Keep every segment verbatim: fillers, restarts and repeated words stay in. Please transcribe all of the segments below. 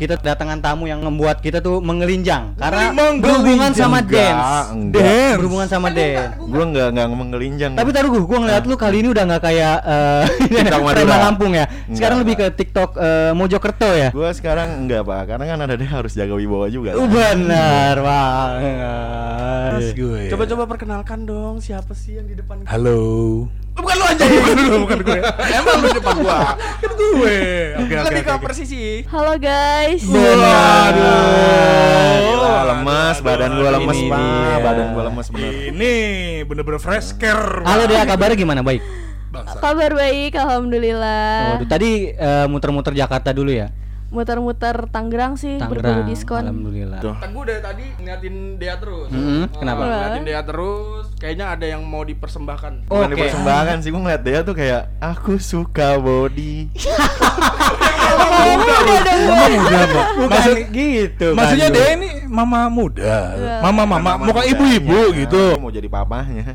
kita kedatangan tamu yang membuat kita tuh mengelinjang karena Mengelinjang. berhubungan sama Enggak, dance. enggak. Dance. Berhubungan sama dance. Gue enggak enggak mengelinjang. Tapi taruh gue, gue ngeliat lu kali ini udah nggak kayak uh, TikTok Madura. preman Lampung ya. Sekarang Enggak, lebih ke TikTok uh, Mojokerto ya. Gue sekarang enggak Pak, karena kan ada dia harus jaga wibawa juga. Uh, benar banget. Mas gue. Coba-coba perkenalkan dong siapa sih yang di depan. Halo. Bukan lu aja. Bukan dulu, bukan gue. Emang lu di depan gua. Kan gue. Oke oke. Lebih ke oke. persisi. Halo guys. Benar. Gila, lemes, badan gue lemes Ini Pak, dia. badan gue lemes bener. Ini bener-bener fresh care. Halo Dea, kabarnya gimana? Baik. Bangsa. Kabar baik, alhamdulillah. Waduh, tadi uh, muter-muter Jakarta dulu ya. Muter-muter Tangerang sih, berburu Tangerang. diskon. Alhamdulillah. Tuh. Kan gua dari tadi ngeliatin dia terus. Mm-hmm, kenapa? Ah, ngeliatin dia terus, kayaknya ada yang mau dipersembahkan. Bukan Oke. dipersembahkan sih, gue ngeliat dia tuh kayak aku suka body. Mama muda, Pak. Maksud gitu. Maksudnya Bandung. dia ini mama muda. Iya. Mama-mama, bukan mudanya. ibu-ibu gitu. Gua mau jadi papahnya.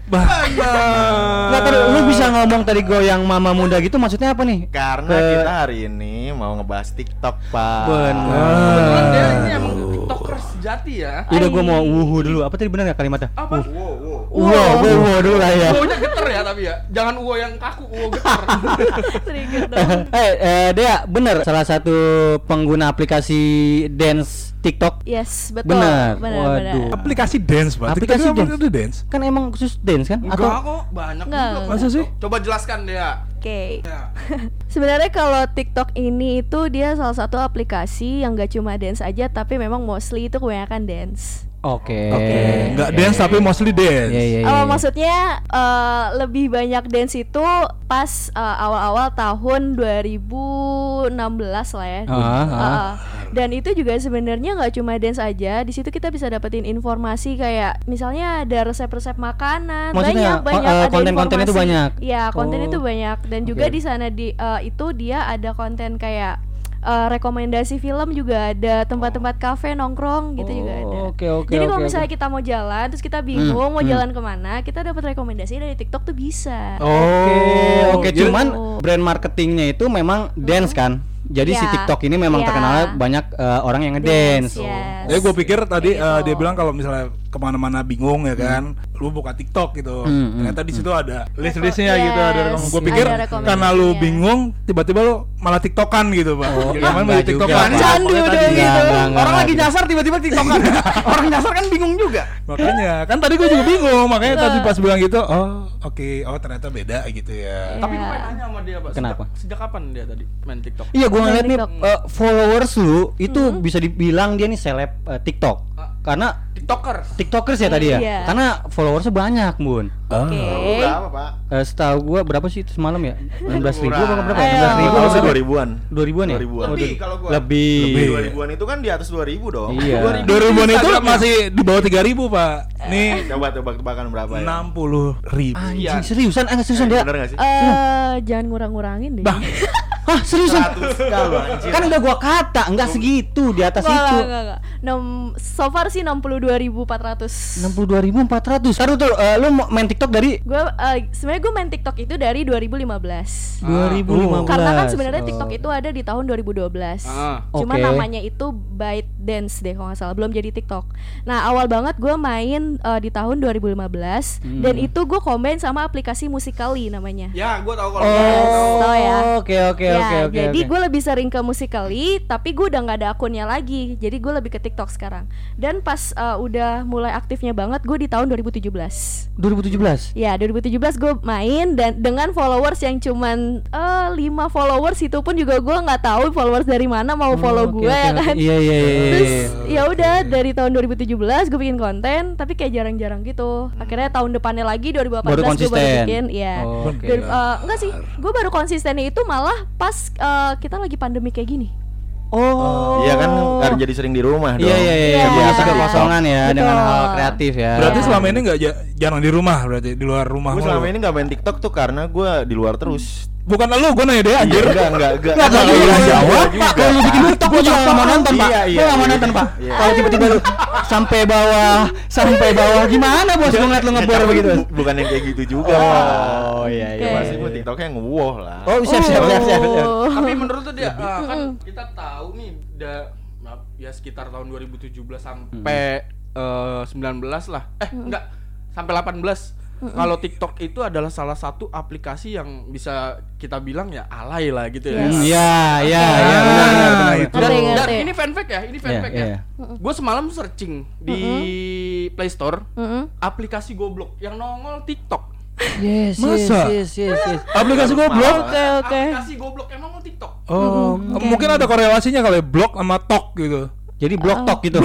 Nggak, taruh, lu bisa ngomong tadi gue yang mama muda gitu maksudnya apa nih? Karena Ke- kita hari ini mau ngebahas TikTok, Pak. Benar. Kebetulan dia Ah. ini emang tiktokers sejati ya. Udah gue mau wuhu dulu. Apa tadi benar ya kalimatnya? Apa? Uh. Wow, wow. Wow, wow, wow dulu lah ya. Uwonya geter ya tapi ya. Jangan uwo yang kaku, uwo geter. Trigger dong. Eh, eh, Dea, bener salah satu pengguna aplikasi dance TikTok. Yes, betul. Benar. Benar, Waduh. benar. Aplikasi dance, Pak. Aplikasi TikTok dance. itu dance. Kan emang khusus dance kan? Enggak Atau kok, banyak Enggak. juga. Masa sih? Coba jelaskan dia. Oke. Ya. Sebenarnya kalau TikTok ini itu dia salah satu aplikasi yang gak cuma dance aja, tapi memang mostly itu kebanyakan dance. Oke. Oke. Enggak dance tapi mostly dance. Iya, iya, iya. Oh, maksudnya eh, lebih banyak dance itu pas eh, awal-awal tahun dua ribu enam belas lah ya. Ah, ah. Uh, dan itu juga sebenarnya nggak cuma dance aja. Di situ kita bisa dapetin informasi kayak misalnya ada resep-resep makanan. Maksudnya, banyak banyak eh, ada konten-konten itu informasi. banyak? Iya, konten Oh. itu banyak. Dan juga Oke. di sana di eh, itu dia ada konten kayak eh, rekomendasi film juga ada, tempat-tempat kafe nongkrong gitu juga ada. Oh, Oke, oke. Jadi kalau oke, misalnya oke. kita mau jalan terus kita bingung Hmm, mau hmm. jalan kemana, kita dapat rekomendasi dari TikTok tuh bisa. Oke, Oh, oke. jadi- Cuman brand marketingnya itu memang dance kan. Jadi si Ya, TikTok ini memang ya. terkenal banyak eh, orang yang ngedance. Dance, yes. Ya gue pikir tadi Kayak eh, gitu. dia bilang kalau misalnya kemana-mana bingung ya kan, lu buka TikTok gitu. Hmm, hmm, Ternyata di situ ada list-listnya Yes, gitu, ada rekom. Gue pikir ada rekomendasinya. karena lu bingung, tiba-tiba lu malah TikTokan gitu, Pak. Oh, Gimana enggak mau juga, TikTokan? Pak. Candu Pokoknya dong tadi- gitu. Enggak, enggak, enggak, Orang lagi enggak. nyasar tiba-tiba tiktokan. Orang nyasar kan bingung juga. Makanya kan tadi gue juga bingung, makanya Enggak. tadi pas bilang gitu, oh oke, oh ternyata beda gitu ya. Iya. Tapi gue pengen nanya sama dia, Pak. Sejak- Kenapa? Sejak kapan dia tadi main TikTok? Iya, gue Main ngeliat nih TikTok. eh, followers lu itu bisa dibilang dia nih seleb eh, TikTok. Ah. Karena TikToker. TikTokers ya tadi ya. Iya. Karena followersnya banyak, Bun. Oke. Lu berapa, Pak? Eh, setahu gua berapa sih itu semalam ya? enam belas ribu apa berapa? Ayo. enam belas ribu Gua apa tahu berapa? dua ribuan. dua ribuan ya? dua ribuan. Oh, Lebih dua- kalau gua. Lebih. Lebih. dua ribuan itu kan di atas dua ribu dong. Iya. dua ribu. dua ribuan itu Instagramnya. masih di bawah tiga ribu, Pak. Nih Coba tebak-tebakan berapa ya? enam puluh ribu. Anjing, Iya. seriusan? Ah, seriusan Eh, dia? Bener gak sih? Eh, jangan ngurang-ngurangin deh. Bah. Hah, seriusan? seratus kali anjir. Kan udah gua kata, enggak segitu di atas Enggak, itu. enggak, enggak, enggak. Nom- so far sih enam puluh dua ribu empat ratus. enam puluh dua ribu empat ratus. Taruh tuh, eh, lu mau main TikTok dari Gue eh, sebenarnya gue main TikTok itu dari dua ribu lima belas. dua ribu lima belas. Karena kan sebenarnya TikTok Oh. itu ada di tahun dua ribu dua belas. Ah. Cuma Oke. namanya itu Byte Dance deh kalau nggak salah, belum jadi TikTok. Nah, awal banget gue main eh, di tahun dua ribu lima belas Hmm. dan itu gue komen sama aplikasi Musical.ly namanya. Ya, gue tahu kalau Oh, gitu. Tahu ya. Oke, oke, Ya, oke, oke. jadi oke. gue lebih sering ke Musical.ly, tapi gue udah nggak ada akunnya lagi. Jadi gue lebih ke TikTok sekarang. Dan pas eh, udah mulai aktifnya banget, gue di tahun dua ribu tujuh belas. dua ribu tujuh belas. Ya, dua ribu tujuh belas gue main dan dengan followers yang cuman eh lima followers, itu pun juga gue nggak tahu followers dari mana mau follow Oh, oke, gue oke, ya oke. kan. Iya, iya, iya. Terus iya. ya udah dari tahun dua ribu tujuh belas gue bikin konten, tapi kayak jarang-jarang gitu. Akhirnya tahun depannya lagi dua ribu delapan belas Baru gue baru konsisten. bikin, ya. Oh, oke. Dari- eh, enggak sih, gue baru konsistennya itu malah pas eh, kita lagi pandemi kayak gini. Oh. Iya kan karena jadi sering di rumah dong. Iya, iya, iya. Iya. Mengisi kekosongan ya Betul. dengan hal kreatif ya. Berarti selama ini nggak ja- jarang di rumah, berarti di luar rumah. Gue mulu. selama ini gak main TikTok tuh karena gue di luar terus. Bukan lu, gue nanya dia anjir. Iya, enggak, enggak, enggak. Enggak, kalau Iya, lu iya, jawab, iya Pak, juga. kalau lu bikin TikTok gua juga nggak mau nonton, Pak. Iya, iya, Gua nggak mau iya. nonton, Pak. Iya. Kalau tiba-tiba lu sampai bawah, sampai bawah gimana bos gua ngeliat lu ngebor Tapi begitu? Bukan yang kayak gitu juga. Oh, iya, Ya Oke. pasti gue TikToknya ngewoh lah. Oh, siap siap siap siap. siap. Oh. Tapi menurut tuh dia ah, kan kita tahu nih da, ya sekitar tahun dua ribu tujuh belas sampai eh, sembilan belas lah. Eh, enggak, sampai delapan belas. Kalau TikTok itu adalah salah satu aplikasi yang bisa kita bilang ya alay lah gitu ya. Yes. Hmm, ya, ya, Ah, ya, benar, benar, benar. itu. Dan, Ngerti, dan ngerti. ini fan fact ya, ini fan Iya, fact iya. ya. Gue semalam searching di Play Store Mm-mm. aplikasi goblok yang nongol TikTok. Yes, Masa? yes, yes, yes, yes. Aplikasi goblok. Oke oke. Aplikasi goblok yang nongol TikTok. Oh, Mm-mm, oke. mungkin ada korelasinya kali blog sama tok gitu. Jadi blok tok gitu.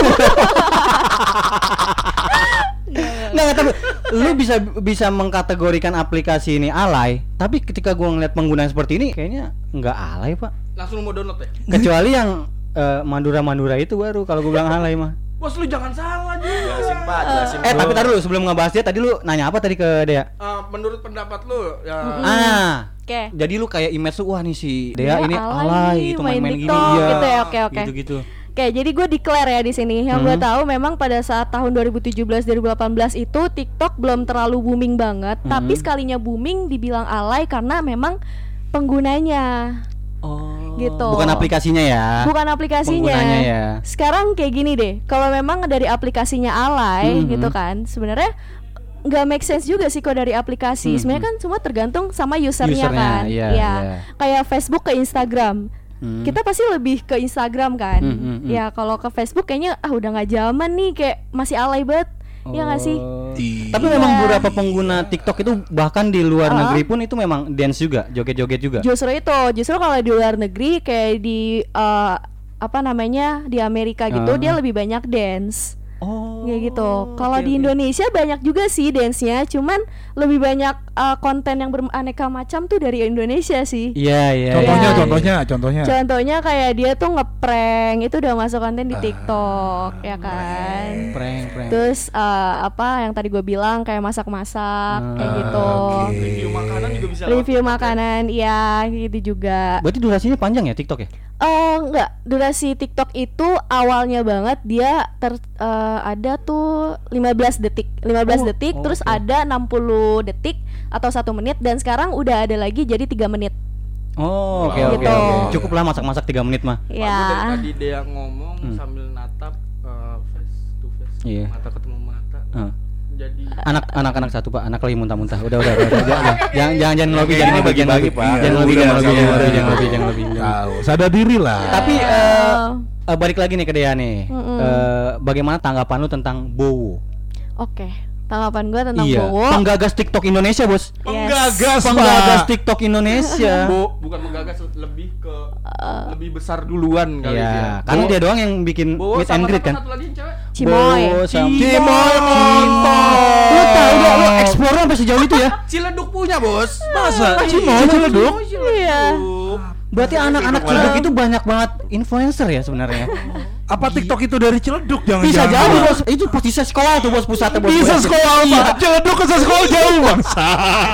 Nggak, tapi lu bisa bisa mengkategorikan aplikasi ini alay, tapi ketika gua ngeliat penggunaan seperti ini kayaknya nggak alay, Pak. Langsung mau download ya. Kecuali yang eh, Mandura-Mandura itu baru kalau gua bilang alay mah. Bos lu jangan salah juga. Jelasin Pak, jelasin. Eh, tapi tadi dulu sebelum ngebahas dia tadi lu nanya apa tadi ke Dea? Eh, menurut pendapat lu ya Ah. Oke. Jadi lu kayak image tuh, wah nih si Dia Dea ini alay alay nih, gitu main main-main gini TikTok ya. gitu ya, oke, oke. Gitu-gitu. Oke, jadi gue declare ya di sini. Yang gue Hmm. tahu memang pada saat tahun dua ribu tujuh belas dua ribu delapan belas itu TikTok belum terlalu booming banget, Hmm. tapi sekalinya booming dibilang alay karena memang penggunanya. Oh. Gitu. Bukan aplikasinya ya. Bukan aplikasinya. Penggunanya ya. Sekarang kayak gini deh. Kalau memang dari aplikasinya alay Mhm. gitu kan, sebenarnya nggak make sense juga sih kok dari aplikasi. Mhm. Sebenarnya kan semua tergantung sama usernya, Usernya, kan. iya, Ya. iya. Kayak Facebook ke Instagram. Hmm. Kita pasti lebih ke Instagram kan. Hmm, hmm, hmm. Ya kalau ke Facebook kayaknya ah udah nggak zaman nih, kayak masih alay banget. Iya nggak sih? Oh. Iya. Tapi memang beberapa pengguna TikTok itu bahkan di luar Uh-uh. negeri pun itu memang dance juga, joget-joget juga. Justru itu, justru kalau di luar negeri kayak di eh, apa namanya di Amerika gitu Ah. dia lebih banyak dance. Oh. Kayak gitu. Kalau oke, di oke. Indonesia banyak juga sih dance-nya, cuman lebih banyak uh, konten yang beraneka macam tuh dari Indonesia sih. Iya, iya. Contohnya, Iya. contohnya, contohnya. Contohnya kayak dia tuh ngeprank, itu udah masuk konten Ah. di TikTok, ya kan. Prank, prank. Terus uh, apa yang tadi gue bilang kayak masak-masak kayak Ah, gitu. oke. review makanan juga bisa lewat Review TikTok ya? makanan, iya gitu juga. Berarti durasinya panjang ya TikTok ya? Eh enggak, durasi TikTok itu awalnya banget dia ter eh, ada tuh lima belas detik. lima belas Oh, detik oh, terus oke. ada enam puluh detik atau satu menit dan sekarang udah ada lagi jadi tiga menit. Oh, oke, Wow. oke, Gitu. oke. Cukup lah masak-masak tiga menit mah. Pak, gua dari Ya. tadi dia ngomong Hmm. sambil natap eh, face to face, Iya. mata ketemu mata. Heeh. Jadi Anak anak-anak satu Pak, anak lagi muntah-muntah. Udah, udah, udah. udah. Jangan jangan jangan jangan lobby, Kayak jangan gini lobby, jangan bagi-bagi, lobby. Pak. Jangan Iya, lobby, udah, jangan lobby, sabar, jangan lobby, sabar. jangan lobby, jangan lobby. Tahu, sadar diri lah. Tapi eh eh, balik lagi nih ke Dea nih. Mm-mm. Eh, bagaimana tanggapan lu tentang Bowo? Oke, tanggapan gue tentang Iya, Bowo. penggagas TikTok Indonesia, Bos. Penggagas, Penggagas Pak. TikTok Indonesia. Bo, bukan menggagas, lebih ke lebih besar duluan kali Iya, dia. karena Bo- dia doang yang bikin Bowo meet and sama greet satu- kan. satu lagi yang cewek. Cimoy. Bowo sama Cimoy Motor. Lu tahu gak lu explore sampai sejauh itu ya? Ciledug punya, Bos. Masa? Iya, Cimoy, Ciledug? Iya. Berarti anak-anak Ciledug itu banyak banget influencer ya sebenarnya. Apa TikTok itu dari Ciledug? Jangan Bisa jangan. jadi, Bos. Itu posisi sekolah tuh, Bos, pusatnya, Bos. Bisa sekolah Iya. apa? Ciledug ke sekolah jauh bangsa.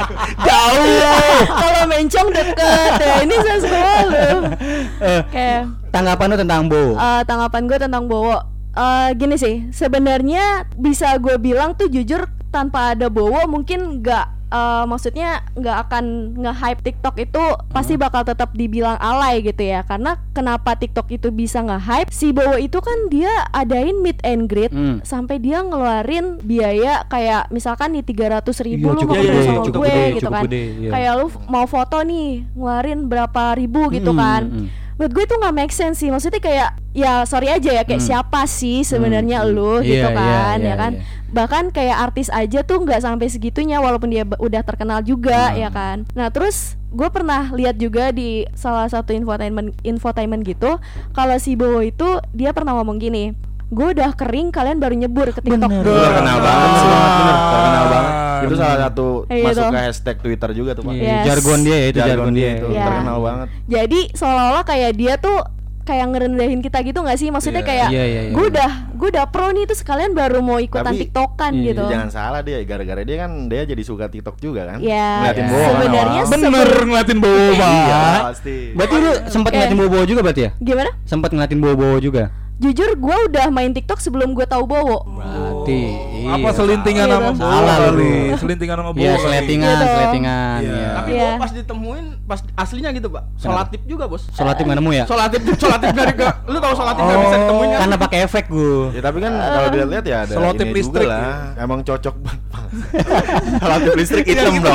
Jauh. Kalau mencong deket ya, ini saya sekolah lu. Eh, Oke. Tanggapan lu tentang Bowo? Eh, tanggapan gue tentang Bowo eh gini sih, sebenarnya bisa gue bilang tuh jujur tanpa ada Bowo mungkin nggak eh, maksudnya nggak akan nge-hype TikTok itu pasti bakal tetap dibilang alay gitu ya. Karena kenapa TikTok itu bisa nge-hype, si Bowo itu kan dia adain meet and greet Hmm. sampai dia ngeluarin biaya kayak misalkan nih tiga ratus ribu lu Iya, cukup mau gede, ketemu sama cukup gue gede, gitu cukup kan. gede, iya. Kayak lu mau foto nih ngeluarin berapa ribu gitu Mm, kan. mm, mm. Menurut gue itu nggak make sense sih. Maksudnya kayak ya sorry aja ya kayak Hmm. siapa sih sebenarnya Hmm, lu hmm. gitu Iya, kan iya, ya kan. iya. Bahkan kayak artis aja tuh nggak sampai segitunya walaupun dia b- udah terkenal juga Hmm. ya kan. Nah terus gue pernah lihat juga di salah satu infotainment infotainment gitu kalau si Bowo itu dia pernah ngomong gini, gue udah kering kalian baru nyebur ke TikTok. Bener. Terkenal banget sih, bener, terkenal banget. Itu salah satu Kayak masuk gitu. ke hashtag Twitter juga tuh, Pak. Iya, Yes. jargon dia ya itu jargon, dia itu Iya. terkenal banget. Jadi seolah-olah kayak dia tuh kayak ngerendahin kita gitu nggak sih? Maksudnya Iya. kayak Iya, iya, iya. gue udah gue udah pro nih terus kalian baru mau ikutan Tapi, TikTokan iya, gitu. Jangan salah dia, gara-gara dia kan dia jadi suka TikTok juga kan. Ya, Ngeliatin Iya. Bowo kan sebenarnya awal. se- Bener ngeliatin Bowo, Pak. Iya, pasti. Berarti lu sempat Oke. ngeliatin Bowo juga berarti ya? Gimana? Sempat ngeliatin Bowo juga. Jujur gue udah main TikTok sebelum gue tahu Bowo. Berarti Berarti Apa iya. selintingan Iya, sama tuh. bowo Salah lu. kali. Selintingan sama bowo Iya, kali. seletingan, Gitu. seletingan. Iya. Iya. Tapi Iya. gua pas ditemuin pas aslinya gitu, Pak. Solatip juga, Bos. Solatip nggak nemu ya? Solatip solatip dari ke lu tahu solatip nggak Oh. bisa ditemuin kan? Karena pakai efek gua. Ya tapi kan kalau dilihat ya ada Selotip ini listrik juga lah. Emang cocok banget. Selotip listrik hitam gitu. dong.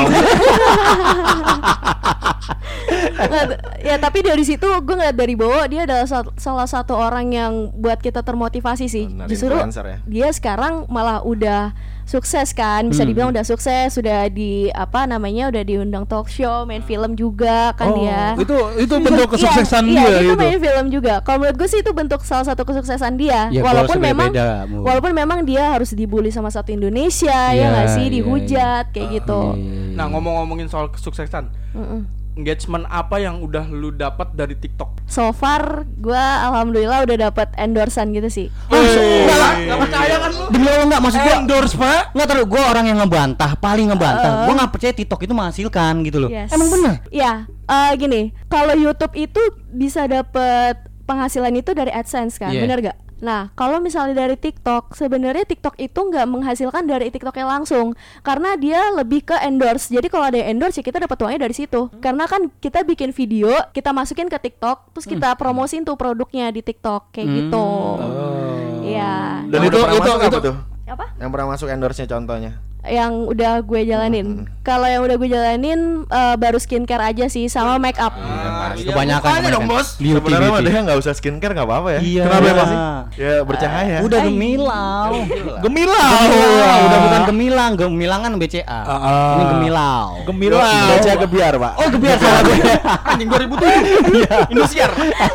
Nggak, ya tapi dari situ gue ngeliat dari Bowo dia adalah sal- salah satu orang yang buat kita termotivasi sih. Benar, Justru influencer ya. dia sekarang malah udah sukses kan, bisa Hmm. dibilang udah sukses, sudah di apa namanya udah diundang talk show, main film juga kan Oh, dia. itu itu bentuk kesuksesan iya, dia iya, itu gitu. main film juga. Kalau menurut gue sih itu bentuk salah satu kesuksesan dia. Ya, walaupun goalsnya memang beda-beda, Bu. walaupun memang dia harus dibully sama satu Indonesia ya Iya, nggak sih, iya, dihujat kayak gitu. Iya. Nah, ngomong-ngomongin soal kesuksesan, Mm-mm. engagement apa yang udah lu dapat dari TikTok? So far gue alhamdulillah udah dapat endorsan gitu sih. Ah, so- enggak lah. Enggak percaya kan lu? Demi Allah enggak, maksud gua Endorse, Pak. enggak tahu, gua orang yang ngebantah, paling ngebantah. Gua enggak percaya TikTok itu menghasilkan gitu loh. Yes. Emang bener? Iya, eh, gini, kalau YouTube itu bisa dapet penghasilan itu dari AdSense kan, Iya. bener gak? Nah, kalau misalnya dari TikTok, sebenarnya TikTok itu nggak menghasilkan dari TikToknya langsung, karena dia lebih ke endorse. Jadi kalau ada yang endorse ya kita dapat uangnya dari situ. Karena kan kita bikin video, kita masukin ke TikTok, terus kita promosin tuh produknya di TikTok kayak gitu. Iya. Dan Yang itu udah pernah itu masuk apa itu? tuh? Apa? Yang pernah masuk endorse-nya contohnya. Yang udah gue jalanin. Kalau yang udah gue jalanin eh, baru skincare aja sih sama make up. Ah, iya, Kebanyakan mukanya dong, kebanyakan. Bos. Beauty, Sebenarnya mah beauty. dia nggak usah skincare nggak apa-apa ya. Iya. Kenapa emang sih? Ya bercahaya. Udah Ay. gemilau. Gemilau. Gemilau, udah bukan gemilang, gemilang kan B C A. Ah, ah. Ini gemilau. Gemilau. Baca gebiar, Pak. Oh, gebiar salah gue. Anjing dua ribu tujuh. Indosiar.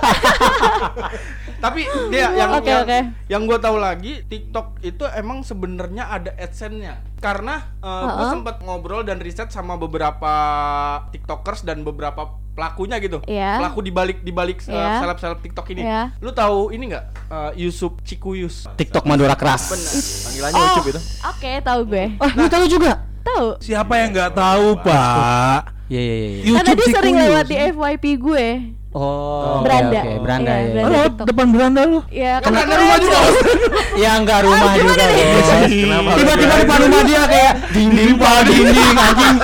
Tapi dia yang Oke, yang, oke. yang gue tahu lagi TikTok itu emang sebenarnya ada AdSense-nya. Karena uh, gue Uh-uh. sempat ngobrol dan riset sama beberapa TikTokers dan beberapa pelakunya gitu. Iya. Pelaku di balik di balik uh, Iya. seleb-seleb TikTok ini. Iya. Lu tahu ini enggak? Uh, Yusuf Cikuyus. TikTok Madura keras. Panggilannya Oh, Ucup itu. oke, tahu gue. Ah, lu tahu juga? Tahu. Siapa yang nggak tahu, Pak? Iya iya iya. YouTube Karena dia sering Cikuyus. lewat di F Y P gue. Oh, Beranda. Oke, oke. Beranda Iya, ya. beranda. Oh, lewat TikTok. depan beranda lu. Ya, Kan karena ada rumah juga. Ya enggak rumah Ah, gimana juga, nih? Bos. Kenapa? Tiba-tiba depan rumah dia kayak dinding pak dinding anjing.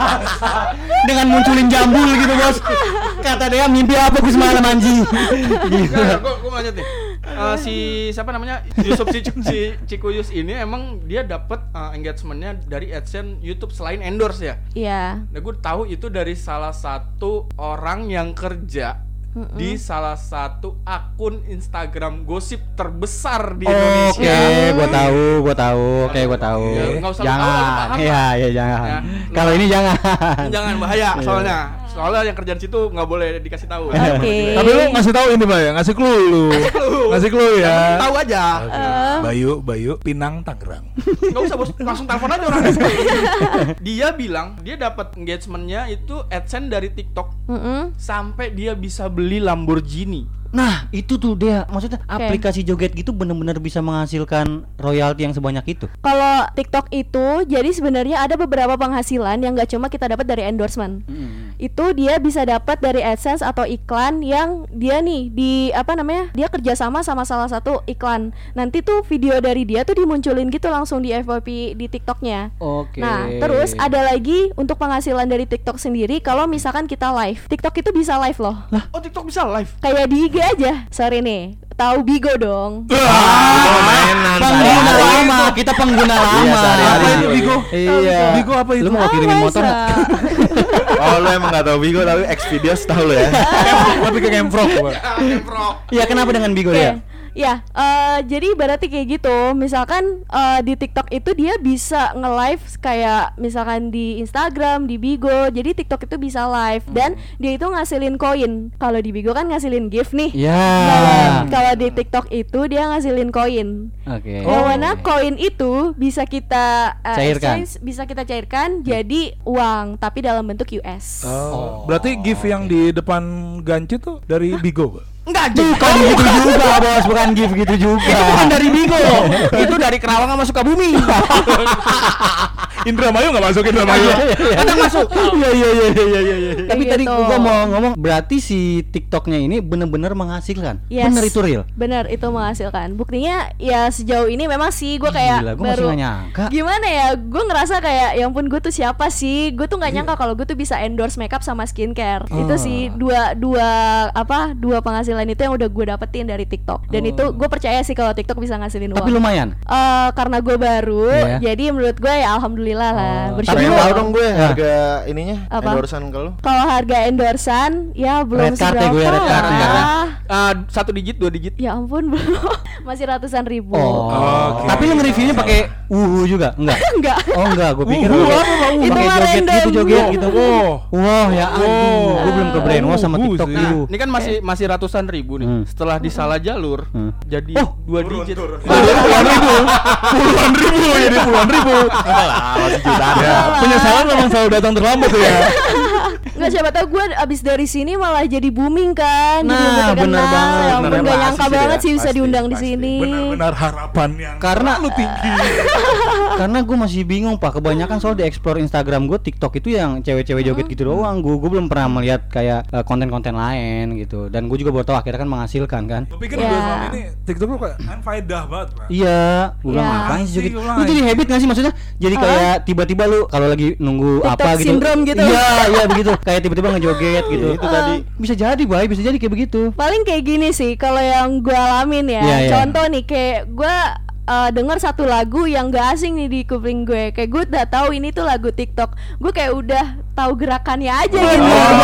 Dengan munculin jambul gitu, Bos. Kata dia mimpi apa gue semalam anjing. Gitu. Enggak, gue gue lanjut nih. Eh, si siapa namanya Yusuf si, si Cikuyus ini emang dia dapat uh, engagementnya dari AdSense YouTube selain endorse ya. Iya. Nah, gue tahu itu dari salah satu orang yang kerja di salah satu akun Instagram gosip terbesar di Oke, Indonesia. gua tahu, gua tahu. Oke, gua tahu. Ya, nggak usah lu tahu, lu Jangan. paham, Iya, iya jangan. Ya, Kalau ini jangan. Jangan bahaya soalnya. Soalnya yang kerja di situ nggak boleh dikasih tahu. Oke. Tapi lu ngasih tahu ini, Pak ya, ngasih clue lu. Ngasih clue ya. Tahu aja. Oke. Bayu, Bayu, Pinang, Tangerang. Nggak usah, Bos, langsung telepon aja orang. Dia bilang dia dapat engagementnya itu AdSense dari TikTok Mm-mm. sampai dia bisa beli Lamborghini. Nah, itu tuh dia. Maksudnya aplikasi joget gitu benar-benar bisa menghasilkan royalti yang sebanyak itu. Kalau TikTok itu jadi sebenarnya ada beberapa penghasilan yang nggak cuma kita dapat dari endorsement. Itu dia bisa dapat dari AdSense atau iklan yang dia nih di apa namanya? Dia kerjasama sama salah satu iklan. Nanti tuh video dari dia tuh dimunculin gitu langsung di F Y P di TikToknya. Oke. Nah, terus ada lagi untuk penghasilan dari TikTok sendiri kalau misalkan kita live. TikTok itu bisa live loh. Oh, TikTok bisa live. Kayak di I G aja. Sorry nih. Tahu Bigo dong. Mainan Pengguna sehari-hari. lama, kita pengguna lama. Iya, sehari-hari Apa itu juga. Bigo? Iya. Bigo apa itu? Lu mau kirimin motor masa? nggak? Oh, lu emang nggak tahu Bigo tapi Xvideos tahu lu ya. Tapi ke Gemfrog, Pak. Iya, kenapa dengan Bigo Oke. ya? Ya, eh, jadi berarti kayak gitu. Misalkan eh, di TikTok itu dia bisa nge-live kayak misalkan di Instagram, di Bigo. Jadi TikTok itu bisa live dan dia itu ngasilin koin. Kalau di Bigo kan ngasilin gift nih. Ya. Nah, kalau di TikTok itu dia ngasilin koin. Oke. Yang mana koin itu bisa kita eh, Cairkan. exchange, bisa kita cairkan jadi uang tapi dalam bentuk U S. Oh. Berarti gift yang di depan Ganci tuh dari Bigo, Pak? Enggak, Bukan gitu juga, Bos. Bukan gift gitu juga. Itu bukan dari Bigo. Itu dari Kerawang sama Sukabumi. Indramayu nggak masuk Indramayu. Kadang masuk. Iya iya iya iya iya. Tapi Kayak tadi gitu. gua mau ngomong berarti si TikToknya ini bener-bener menghasilkan. Yes. Bener itu real. Bener, itu menghasilkan. Buktinya ya sejauh ini memang sih gue kayak Gila, gua masih baru nggak nyangka. gimana ya, gue ngerasa kayak ya ampun gue tuh siapa sih, gue tuh nggak nyangka kalau gue tuh bisa endorse makeup sama skincare. Itu Oh. sih dua dua apa dua penghasilan itu yang udah gue dapetin dari TikTok. Dan itu gue percaya sih kalau TikTok bisa ngasilin uang. Tapi lumayan. Eh, karena gue baru, Iya. jadi menurut gue ya alhamdulillah lah. Oh, Bersyukur. Pengen tahu dong gue Ya. harga ininya Apa? endorsean ke lu. Kalau harga endorsan ya belum Red card ya seberapa gue, red card ya. lah. Ah, satu digit, dua digit. Ya ampun belum. Masih ratusan ribu. Oh. Oke. Tapi lu nge-reviewnya pakai uhu juga? Enggak. Enggak. Oh enggak, gue pikir Uhu, pakai- apa, Bang? Itu pakai mah joget random. gitu, joget gitu. Oh. Wah, ya aduh, gue belum ke brainwash sama Uhu TikTok sih. dulu. Nah, ini kan masih masih ratusan ribu nih. Hmm. Setelah disalah jalur, Hmm. jadi Oh, dua digit. Puluhan ribu, puluhan ribu jadi puluhan ribu. Masih jutaan ya. Penyesalan memang selalu datang terlambat tuh ya. Enggak, siapa tahu gue abis dari sini malah jadi booming kan. Jadi Nah, lebih terkenal. bener banget. Ya ampun, Bener, nggak pasti nyangka sih banget ya, sih bisa pasti, diundang di pasti. sini. Benar-benar harapan yang Karena terlalu tinggi. Karena gue masih bingung Pak, kebanyakan soal di explore Instagram gue, TikTok itu yang cewek-cewek joget gitu doang. Gue gue belum pernah melihat kayak eh, konten-konten lain gitu. Dan gue juga baru tahu akhirnya kan menghasilkan kan. Gue pikir Ya. juga selama ini TikTok lu kayak anfaedah banget, Pak. Iya, gue bilang Ya. ngapain sih joget? Asik, Lu Ulay. jadi habit gak sih maksudnya? Jadi kayak tiba-tiba lu kalau lagi nunggu TikTok apa gitu. syndrome gitu. Iya, iya begitu. Kayak tiba-tiba ngejoget gitu. Itu tadi. Bisa jadi, Bay, bisa jadi kayak begitu. Paling kayak gini sih kalau yang gue alamin ya. Iya, iya. Contoh nih kayak gue uh, dengar satu lagu yang gak asing nih di kuping gue. Kayak gue udah tahu ini tuh lagu TikTok. Gue kayak udah tahu gerakannya aja gitu.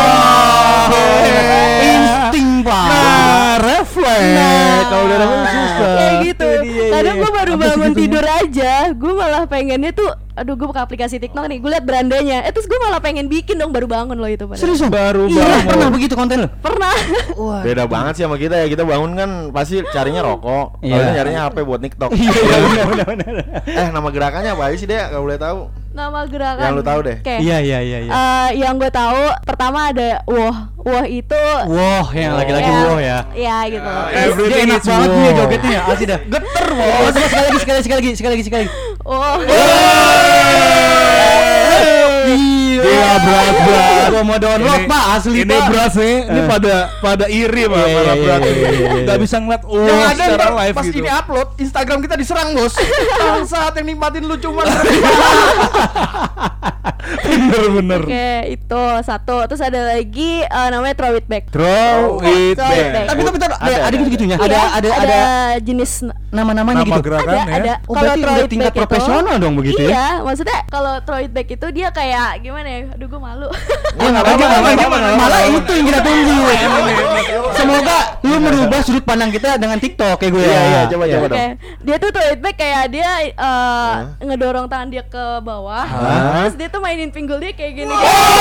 Insting, Pak. Nah, refleks. Nah, kalau udah refleks susah. kayak gitu. Itu dia, Kadang iya. gue baru Apa bangun segitunya? tidur aja, gue malah pengennya tuh, aduh gue buka aplikasi TikTok nih, gue liat berandanya, eh terus gue malah pengen bikin dong baru bangun loh itu. padahal. Serius baru Iya. bangun. Pernah begitu konten lu? Pernah. Beda banget sih sama kita ya. Kita bangun kan pasti carinya rokok. Iya. Kalau dia nyarinya H P buat TikTok. Iya, benar benar benar. Eh, nama gerakannya apa aja sih, Dek? Kalau boleh tahu. Nama gerakan. Yang lu tahu deh. Oke. Iya iya iya iya. Eh, yang gue tahu pertama ada wah wah itu Wah, yang laki-laki ya, wah ya. ya gitu. Dia enak is banget wow. dia jogetnya ya, asli dah. Geter, Bos. Coba sekali lagi, sekali lagi, sekali lagi, sekali lagi, sekali lagi. Oh. Gila, berat berat. Gua mau download, Pak, asli, Ini Pak. beras nih, ini Eh. pada pada iri, Pak, Iya, para iya, berat. iya, iya, iya. Enggak bisa ngeliat oh Yang ada secara ntar live pas gitu. ini upload, Instagram kita diserang, Bos. Saat yang nikmatin lu cuma Bener-bener. Oke, itu satu. Terus ada lagi eh, namanya throw it back. Throw it Throw it back. back. Tapi tapi ada Ada, ada ada. gitu-gitunya. Iya, Ada ada ada jenis nama-namanya Nama gitu. gerakan ada ya. ada Oh, berarti udah tingkat back itu- profesional dong begitu ya? Iya, maksudnya kalau throw it back itu dia kayak gimana ya? Aduh gue malu. Ya enggak apa-apa, nggak apa-apa. Malah itu yang kita tunggu. Semoga lu merubah sudut pandang kita dengan TikTok kayak gue. Iya, iya, coba coba Oke, dong. dia tuh throw it back kayak dia eh, ngedorong tangan dia ke bawah, terus dia tuh mainin pinggul dia kayak gini.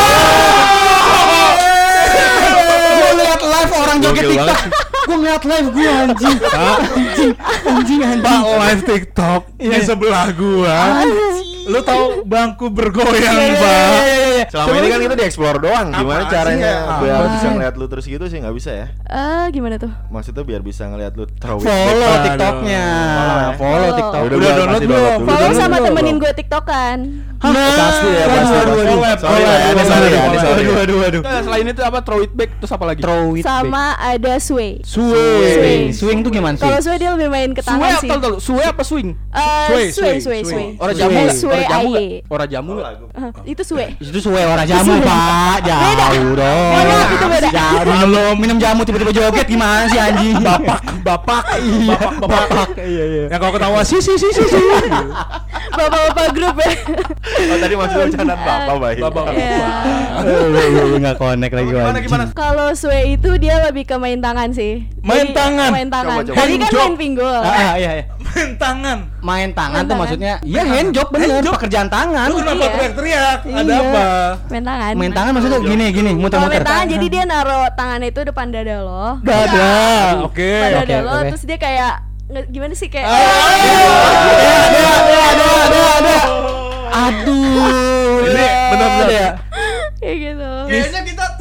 Gue lihat live orang joget Gokil TikTok. Gue ngeliat live gue anjing. Anjing, anjing, anjing. Pak, live TikTok di Iya. sebelah gua. Lu tahu bangku bergoyang, Iya, iya, Pak. iya, iya, iya. Selama ini kan kita di explore doang. Gimana Apaan caranya sih ya? biar Apaan? bisa ngeliat lu terus gitu sih nggak bisa ya? Eh, gimana tuh? Maksudnya biar bisa ngeliat lu throw it Follow back. TikToknya. Follow. Follow TikTok. Udah, Udah gua download pasti belum? dulu. Follow Udah sama download temenin belum? gue TikTokan. Pasti ya, pasti. Aduh, aduh, aduh. Sorry ya, ini sorry ya, ini sorry. Aduh, aduh, aduh. Nah, selain itu apa throw it back terus apa lagi? Throw it back. Sama ada sway. Swing. Swing. Swing tuh gimana sih? Kalau sway dia lebih main ke Sway tangan apa sih. tau Sway apa swing? Eh, Sway, sway, sway, sway, sway. sway. Orang Sway. jamu nggak? Sway Orang jamu aye. nggak? Orang jamu nggak? Eh, itu sway. Itu suara jamu, Pak. Beda. Jauh dong. Mohon maaf, itu beda. Jauh. Minum, minum jamu tiba-tiba joget gimana sih anjing? Bapak, bapak, Iya, bapak, bapak. bapak. Iya, iya. Yang kalau ketawa sih sih sih sih. Bapak-bapak grup ya. Oh, tadi maksudnya bercandaan bapak, baik. Bapak. Iya. Enggak connect lagi Gimana anjing. gimana? Kalau sway itu dia lebih ke main tangan sih. Main Jadi, tangan? Main tangan. Coba, coba. Tadi kan Hand job. main pinggul. Ah, ah, iya, iya. Main tangan. Main tangan Main tuh tangan. maksudnya ya hand job bener, Hand job. pekerjaan tangan. Lu kenapa Iya. teriak-teriak? Ada Iya. apa? Main tangan. Main tangan maksudnya gini gini, Kalau muter-muter. main tangan jadi dia naruh tangannya itu depan dada lo. dada. Oke. Depan oke, dada lo oke. terus dia kayak nge- gimana sih kayak Aduh. Ini benar-benar ya. kayak gitu. Kayaknya kita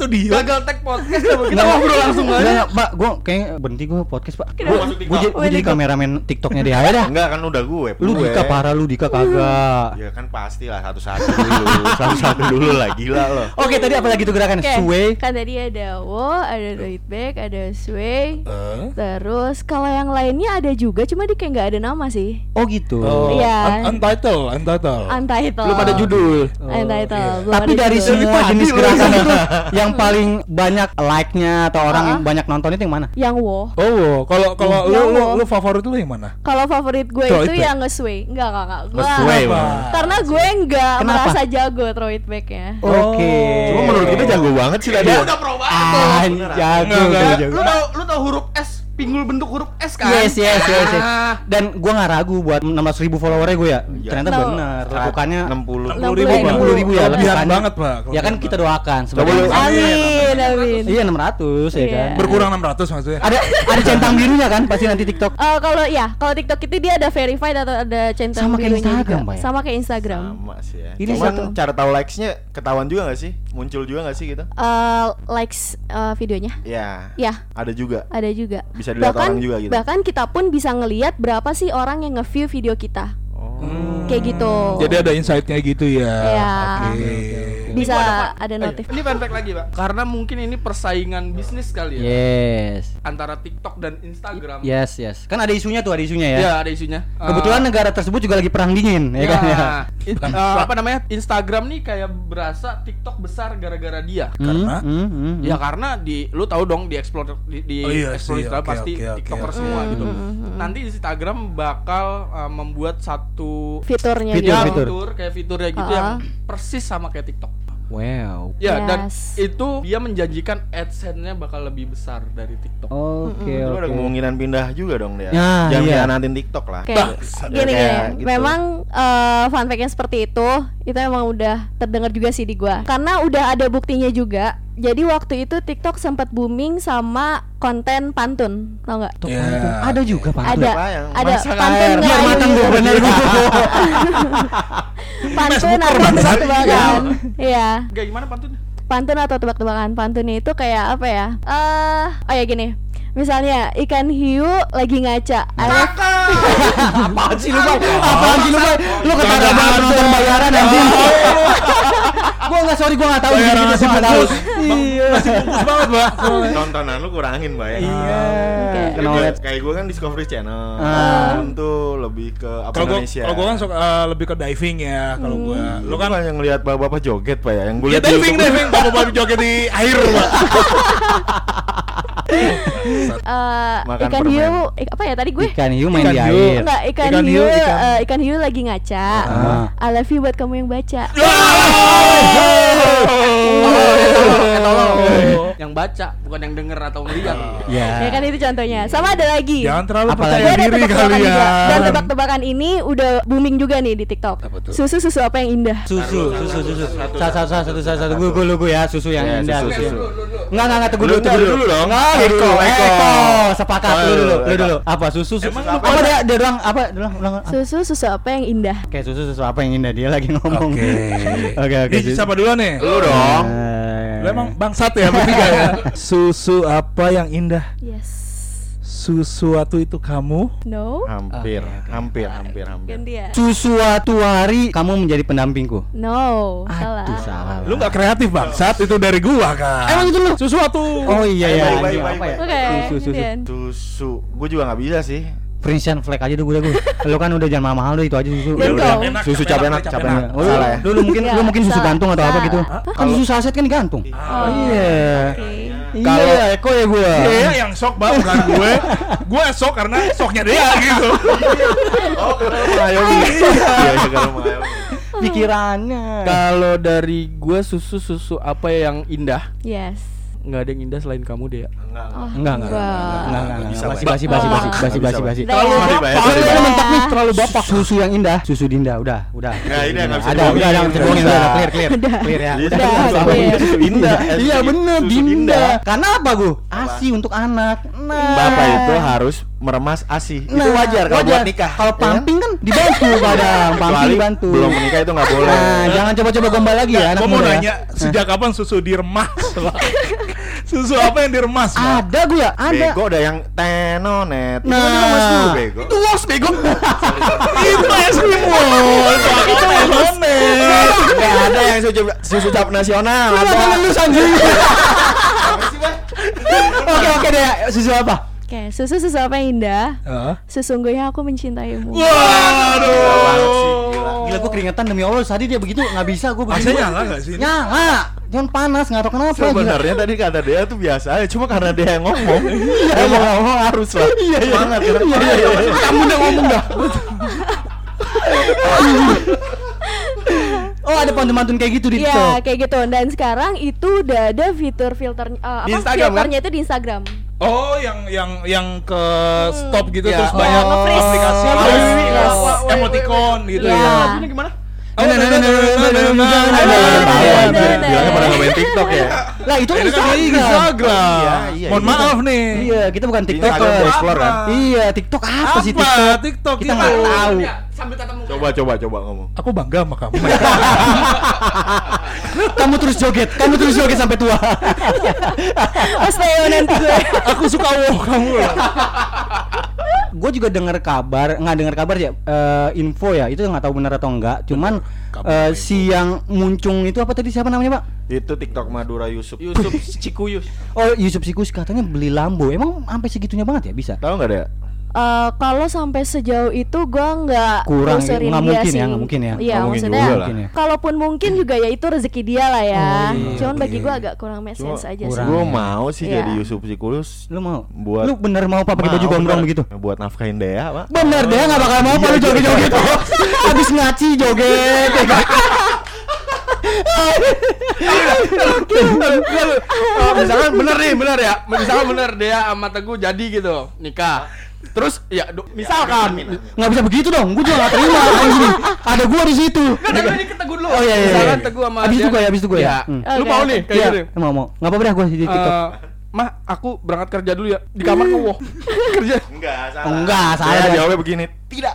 tuh dia. Gagal tag podcast ya, kita ngobrol langsung aja. Enggak, Pak, gua kayak berhenti gua podcast, Pak. Kenapa? Gua gua jadi, gua jadi kameramen TikToknya dia aja dah. Enggak kan udah gue. Lu gue. Dika parah, lu Dika kagak. Ya kan pastilah satu-satu dulu. Satu-satu dulu lah, gila loh. Oke, tadi apa lagi tuh gerakan? Oke, Sway. kan tadi ada Wo, ada Droidback, ada Sway. Eh? Terus kalau yang lainnya ada juga, cuma dia kayak nggak ada nama sih. Oh gitu. Oh, Iya. un- untitled, untitled. Untitled. Belum ada judul. Untitled. Belum Tapi ada dari judul. semua Tadi jenis lu. gerakan itu yang paling banyak like-nya atau orang Ah. yang banyak nonton itu yang mana? Yang Wo. Oh, kalau kalau lu, Yang lu wo. lu favorit lu yang mana? Kalau favorit gue Droid itu back. yang nge-sway. Enggak, enggak, enggak. Gua Nge-sway, Apa? Bang. karena gue enggak Kenapa? merasa jago Droid back-nya. Oke. Cuma menurut kita jago banget sih tadi. Dia udah pro banget. Ah, jago, Enggak, enggak. gua jago. Lu tau lu tau huruf S, pinggul bentuk huruf S kan? Yes, yes, yes, yes. Ah. Dan gua nggak ragu buat enam belas ribu followernya gue ya. Iya. Ternyata No. benar. Lakukannya enam puluh. enam puluh ribu, enam puluh ribu ya. Kelebihan lakukannya. banget, Pak. Ya kan kita doakan Coba sebagai lu- Amin, amin. Iya enam ratus ya Iya. kan. Berkurang enam ratus maksudnya. Ada ada centang birunya kan pasti nanti TikTok. Eh, kalau ya, kalau TikTok itu dia ada verified atau ada centang Sama kayak birunya Instagram, juga. Pak, ya? Sama kayak Instagram. Sama sih ya. Ini Cuman satu. cara tahu likes-nya ketahuan juga gak sih? Muncul juga gak sih gitu? Eh, likes eh, videonya. Ya. Ya, Ada juga. ada juga. Bisa dilihat bahkan, orang juga gitu. Bahkan kita pun bisa ngelihat berapa sih orang yang nge-view video kita. Oh. Kayak gitu. Jadi ada insight-nya gitu ya. Iya. Oke. Bisa Ini gua ada, ada Pak. notif. Ini fun fact lagi, Pak. Karena mungkin ini persaingan bisnis kali ya. Yes. Antara TikTok dan Instagram. Yes, yes. Kan ada isunya tuh, ada isunya ya. Ya, ada isunya. Kebetulan negara tersebut juga lagi perang dingin, ya ya, kan ya. in- eh, apa namanya? Instagram nih kayak berasa TikTok besar gara-gara dia. Karena? Hmm, hmm, hmm. Ya karena di lu tahu dong di explore di, di Oh iya explore sih, Instagram oke, pasti oke, oke, TikToker oke. semua gitu. Hmm, Nanti Instagram bakal uh, membuat satu Fiturnya Fitur, ya, gitu. fitur. fitur kayak fiturnya gitu Ah. yang persis sama kayak TikTok. Wow. Ya dan Yes. itu dia menjanjikan AdSense-nya bakal lebih besar dari TikTok. Oke, Itu ada oke. kemungkinan pindah juga dong dia. Ya, Jangan iya. hianatin TikTok lah. Kayak gini gini, Kayak gitu. memang eh, fun fact-nya seperti itu, itu emang udah terdengar juga sih di gua. Karena udah ada buktinya juga. Jadi waktu itu TikTok sempat booming sama konten pantun, tau nggak? Ya. Ada juga Pak. Ada, Apa yang ada masak pantun air? nggak Biar ini? matang gue bener gue. Pantun atau tebak-tebakan? Iya, Gak gimana pantun? pantun atau tebak-tebakan. Pantunnya itu kayak apa ya? Eh, oh ya gini. Misalnya ikan hiu lagi ngaca. Ada Apaan sih lu, Bang? Apaan sih lu, Bang? Lu ketara banget nonton bayaran anjing. Gua enggak, sorry, gua enggak tahu Bayaran gitu, nasi gua nggak tahu. bungkus. Iya. Nasi bungkus banget, Mbak. Tontonan lu kurangin, Mbak ya. Iya. Oke. Kena Kayak- liat. Kayak gue kan Discovery Channel. Ah. Untuk lebih ke apa Kalau gua Indonesia. kalau gua kan sok- eh, lebih ke diving ya kalau gua. Lu kan yang ngelihat bapak-bapak joget, Pak ya. Yang gue Ya lihat di diving YouTube. diving bapak-bapak joget di air, Mbak. eh, Makan ikan permen. hiu ik- apa ya tadi gue? Ikan hiu main Ikan di hiu. air. Enggak, ikan, Ikan hiu, hiu, ikan- eh, ikan hiu lagi ngaca. Ah. I love you buat kamu yang baca. Eh, tolong. Yang baca bukan yang denger atau ngeliat. Ya. Ya kan itu contohnya. Sama ada lagi. Jangan terlalu Apalagi? percaya Gue ada diri tebak-tebakan kali juga. ya. Dan tebak-tebakan ini udah booming juga nih di TikTok. Apa tuh? Susu susu apa yang indah? Susu, susu, susu. Satu, satu, satu, satu, satu, satu. Gue, gue, lu, gue ya. Susu yang Ya, indah. susu, susu yang- susu. Enggak, enggak, enggak. Tunggu Lu dulu, tunggu dulu dulu. dong. Enggak, Eko, Eko, Eko. Eko. Sepakat. Lu dulu, lu Eko. dulu. Apa susu? susu Emang apa lu dia? Dia doang apa? Ulang, ulang. Susu susu apa yang indah? Kayak susu, susu apa yang indah dia lagi ngomong. Oke. Oke, oke. Ini siapa dulu nih? Lu dong. Eh. Lu emang bangsat ya bertiga ya. Susu apa yang indah? Yes. Sesuatu itu kamu. No. Hampir, Oke, oke. hampir, hampir, hampir. Ganti ya. Suatu hari kamu menjadi pendampingku. No. Salah. Aduh, salah. Lu nggak kreatif bangsat, itu dari gua kan. Emang itu lu? Sesuatu. Oh iya ya. Baik, baik, anjing, baik, apa ya? baik. Oke. Susu, susu. gantian. Susu, gue juga nggak bisa sih. Frisian flag aja dulu gue. Lu kan udah jangan mahal-mahal deh, itu aja susu. Dan udah. kau? Enak, Susu capek capek enak, enak, capek capek enak. enak. Oh, Salah ya. Dulu mungkin Enggak, lu mungkin susu salah. gantung atau apa gitu. Salah. Kan susu saset kan digantung. Oh. Iya. Oke. Iya, Kalau- ya, Eko ya gua. Dia yang sok bang, bukan gue. Gue sok karena soknya dia gitu. Oh, karena lu mengayomi. Iya, iya, karena mengayomi. Pikirannya. Kalau dari gue susu susu apa yang indah? Yes. Nggak ada yang indah selain kamu deh ya. Enggak, Oh, Enggak, enggak. enggak. Enggak, enggak, enggak. Bisa, Basi, Pak. basi, basi, basi, Nggak basi, bisa, basi, Pak. basi. Udah Terlalu ya. bapak, ya, Soalnya sorry, ini Pak. mentok nih terlalu bapak. Susu yang indah, susu dinda, udah, udah. Nggak, ini nggak bisa Ada, dibohongin. udah, ada, bisa Nggak bohongin, bisa. udah, clear, clear, Udah. clear ya. Jadi Udah, susu clear. susu indah. Iya bener, Susu dinda. Karena apa, Gu? Asi untuk anak. Nah. Bapak itu harus meremas ASI. Itu Nah, wajar kalau buat nikah. Kalau ya kan? pumping kan dibantu kadang, pumping Kecuali dibantu. belum menikah itu nggak boleh. Nah, jangan coba-coba gombal lagi ya anak Gua mau muda ya. nanya, sejak kapan susu diremas? Pak? Susu apa yang diremas, Pak? Ada gue ya, ada. Bego ada yang tenonet. Itu Nah. kan diremas dulu bego. Itu was bego. Itu es krim was. Itu tenonet. Nggak ada yang susu susu cap nasional. Lu Ada. apa lu anjing? Oke oke deh, susu apa? Oke, susu susu apa yang indah? Heeh. Sesungguhnya aku mencintaimu. Waduh. Gila gue keringetan demi Allah, tadi dia begitu nggak bisa gue begitu. Masnya nyala nggak sih? ini? Nyala, jangan panas, nggak tahu kenapa. gila. Sebenarnya tadi kata dia tuh biasa aja, cuma karena dia yang ngomong. Dia mau ngomong harus lah. Semangat ya. Kamu udah ngomong dah. Oh ada pantun-pantun kayak gitu di Iya, TikTok. kayak gitu. Dan sekarang itu udah ada fitur filter uh, Di apa Instagram, filternya itu di Instagram. Oh, yang yang yang ke stop gitu Ya. terus banyak Oh, nge-freeze. aplikasi Oh, terus yes. emoticon gitu Iya. ya. Ini gimana? Oh, Nah, nah, nah, nah, nah, nah, nah, nah, nah, Ada nah, yang nah, tahu nah, anjir. nah, Bilangnya nah. pada nge-ban TikTok ya. Lah itu kan Ini kan di Instagram. Instagram. Iya, iya, Mohon iya. maaf nih. Iya, kita bukan Instagram TikToker. Explore kan? Iya, TikTok apa, sih Apa? TikTok? TikTok Kita itu. nggak tahu. Sambil tatap muka. Coba coba coba ngomong. Aku bangga sama kamu. Kamu terus joget, kamu terus joget sampai tua. Oh, stay on nanti gue. Aku suka wow kamu loh. Gue juga dengar kabar, nggak dengar kabar ya, eh, info ya, itu nggak tahu benar atau enggak. Cuman Kabar eh, si yang muncung itu apa tadi, siapa namanya Pak? Itu TikTok Madura Yusuf. Yusuf Cikuyus. Oh Yusuf Sikus katanya beli Lambo. Emang sampai segitunya banget ya bisa? Tahu nggak deh? Eh, kalau sampai sejauh itu gua nggak Kurang, nelusurin nggak dia mungkin sih. ya, nggak mungkin ya. Iya, Nggak mungkin maksudnya juga lah. Mungkin ya. kalaupun mungkin juga ya itu rezeki dia lah ya. Oh, iya, Cuman bagi oke. gua agak kurang make Cuma sense aja kurang. sih. Gue mau sih Iya. jadi Yusuf Sikulus. Lu mau? Buat Lu bener mau Pak pakai baju Mau, gondrong bener. begitu? Buat nafkahin Dea, Pak. Bener deh, nggak bakal mau Pak lu joget-joget. Abis ngaci joget. ya kan? Oh, misalkan bener nih, bener ya. Misalkan bener dia sama Teguh jadi gitu, nikah. Terus ya du- misalkan Nggak bisa begitu dong, gue juga nggak terima kayak gini. Ada gua di situ. Kan ini ke Teguh dulu. Oh iya iya. Misalkan iya. Teguh sama Abis itu dia- gue ya, abis itu gue ya. Iya. Hmm. Lu Oke, mau oke. nih kayak Iya, gitu. mau mau. Nggak apa-apa dah gue di TikTok. Eh, Mah, aku berangkat kerja dulu ya. Di kamar ngewoh. Kerja. Enggak, salah. Enggak, salah. Saya jawabnya begini. Tidak.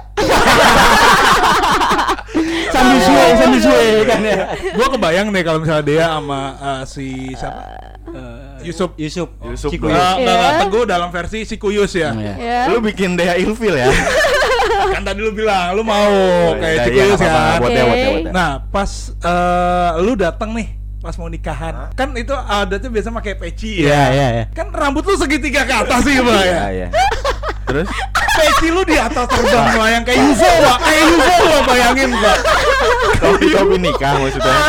Sambil suwe, sambil suwe kan ya. Gua kebayang deh kalau misalnya dia sama uh, si siapa? Uh, Yusuf. Yusuf. Yusuf. Ciku Nggak, Yusuf. nggak, nggak, Iya. Teguh dalam versi si Kuyus ya. Hmm, ya. Ya. Lu bikin Dea ilfil ya? Kan tadi lu bilang lu mau kayak Iya, si iya, Kuyus nggak ya. apa-apa. Buat Dea, buat Dea, Oke. buat Dea. Nah, pas eh, lu datang nih, pas mau nikahan, kan itu adatnya biasa pakai peci Iya, ya. iya, iya. Kan rambut lu segitiga ke atas sih, Pak ya. Iya, iya. Terus? Peci lu di atas terbang melayang kayak U F O, Pak. Kayak U F O lo bayangin, Pak. Topi-topi nikah maksudnya.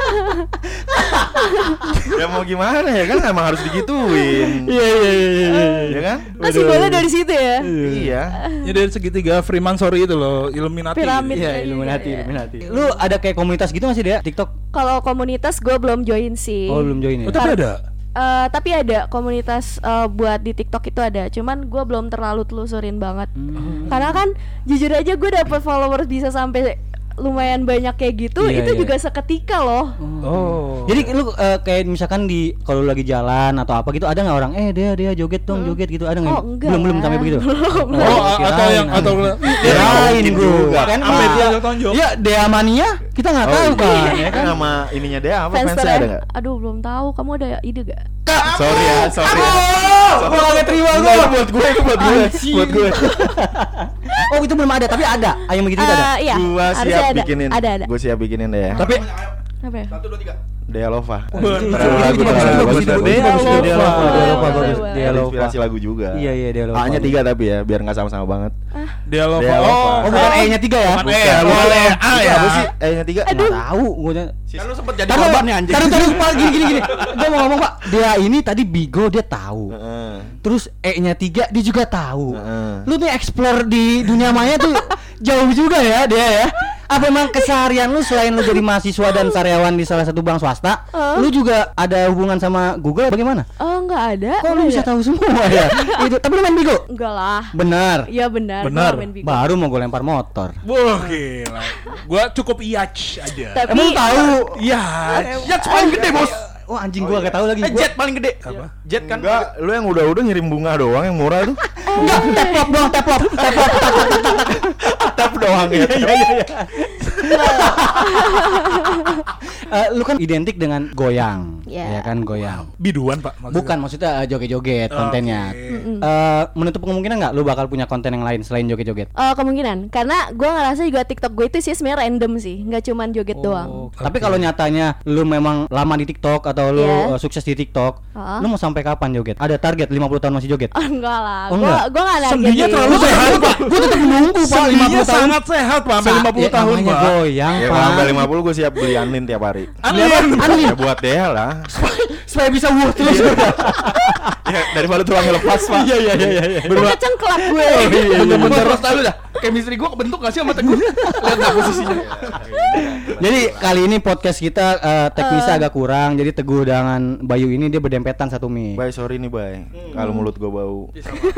Ya mau gimana ya kan emang harus digituin. Iya, iya, iya, iya. Ya kan? Masih boleh dari situ ya. Iya. Ya dari segitiga Freemansori itu loh, Illuminati. Piramid. Iya, Illuminati, Illuminati. Lu ada kayak komunitas gitu nggak sih dia TikTok? Kalau komunitas gue belum join sih. Oh, belum join ya. Oh, tapi ada. Eh, tapi ada komunitas eh, buat di TikTok itu ada. Cuman gue belum terlalu telusurin banget. Hmm. Karena kan jujur aja gue dapet followers bisa sampai lumayan banyak kayak gitu. Iya, itu iya. juga seketika loh. Oh. Jadi lu eh, kayak misalkan di kalau lu lagi jalan atau apa gitu ada nggak orang eh dia dia joget dong joget gitu ada nggak? Oh, enggak belum belum lah. sampai begitu. Belum. Oh, a- atau yang atau kirain mungkin gua juga. kan Sampai mah- dia tonjok. Iya Dea Mania kita nggak tahu iya. kan ya Kan kan. sama ininya Dea apa Fans fansnya ada nggak? Aduh belum tahu. Kamu ada ide gak? Sorry ya, sorry. ya. Gua nggak terima Enggak, gua. itu buat gue, itu buat gue, Anjing. buat gue. Oh itu belum ada tapi ada ayam begitu ada. Eh, iya. Gua harusnya siap ada. bikinin. Ada ada. Gue siap bikinin deh ya. Tapi Apa ya? Satu, dua, tiga. Dea Lova. Bener. Terlalu Itu lagu, bagus, terlalu itu bagus, bagus, itu terlalu bagus, bagus. itu bagus, Dea Lova, Dea Boleh, Lova, boleh, bagus. boleh. Dea Ada Lova. inspirasi lagu juga. Iya iya Dea Lova. A-nya tiga tapi ya, biar nggak sama-sama banget. Dia lo. Dia Lova. Oh bukan E-nya tiga ya? Bukan E ya, bukan E. A Itu ya. apa sih? E-nya tiga? Nggak tahu gua. Kan lu sempet jadi Taruh, korban nih anjing. taruh, taruh, Pak, gini, gini, gini. Gue mau ngomong Pak, dia ini tadi Bigo dia tahu. Heeh. Terus E-nya tiga dia juga tahu. Heeh. Lu nih explore di dunia maya tuh jauh juga ya dia ya. Apa emang keseharian lu selain lu jadi mahasiswa dan karyawan di salah satu bank swasta, Uh. lu juga ada hubungan sama Google bagaimana? Oh nggak ada. Kok lu Nggak bisa ada. tahu semua ya? Itu, tapi lu main Bigo? Enggak lah. Benar. Iya benar. Benar. gua main Bigo. Baru mau gue lempar motor. Wah gila. Gua cukup iach aja. Tapi Emang tahu? Iya. Ya paling gede, Bos. Oh anjing gua enggak tahu lagi. Eh, Gua- Jet paling gede. Apa? Jet kan. Enggak, lu yang udah-udah ngirim bunga doang yang murah tuh. Enggak, teplop doang, teplop. Teplop. Tap doang ya. Iya iya iya. Eh, lu kan identik dengan goyang, Iya. ya kan goyang. Biduan Pak maksudnya. Bukan maksudnya eh, joget-joget kontennya. Oke. Eh, menutup kemungkinan nggak lu bakal punya konten yang lain selain joget-joget? Eh, kemungkinan karena gue ngerasa juga TikTok gue itu sih sebenarnya random sih, nggak cuman joget doang. Oh, Tapi kalau nyatanya lu memang lama di TikTok atau lu Iya. eh, sukses di TikTok, Heeh. lu mau sampai kapan joget? Ada target lima puluh tahun masih joget? Oh, enggak lah, Oh, gue enggak? gue nggak target Sendinya sih. terlalu sehat Pak. Gua tetap menunggu Pak lima Sendinya puluh tahun. sangat sehat Pak sampai Sa- lima puluh ya, tahun namanya Pak. goyang, Ya Pak. kalau sampai lima puluh gue siap beli Anlin tiap hari. Anlin. Anlin. Ya buat dia lah. Supaya bisa wuh terus. Ya daripada tulangnya lepas, Pak. Iya iya iya iya. Udah cengkelak gue. Bener-bener terus tahu dah. Chemistry gua kebentuk gak sih sama Teguh? Lihat enggak posisinya. Jadi kali ini podcast kita eh, teknisnya agak kurang. Jadi Teguh dengan Bayu ini dia berdempetan satu mic. Bye, sorry nih, Bye. Kalau mulut gue bau.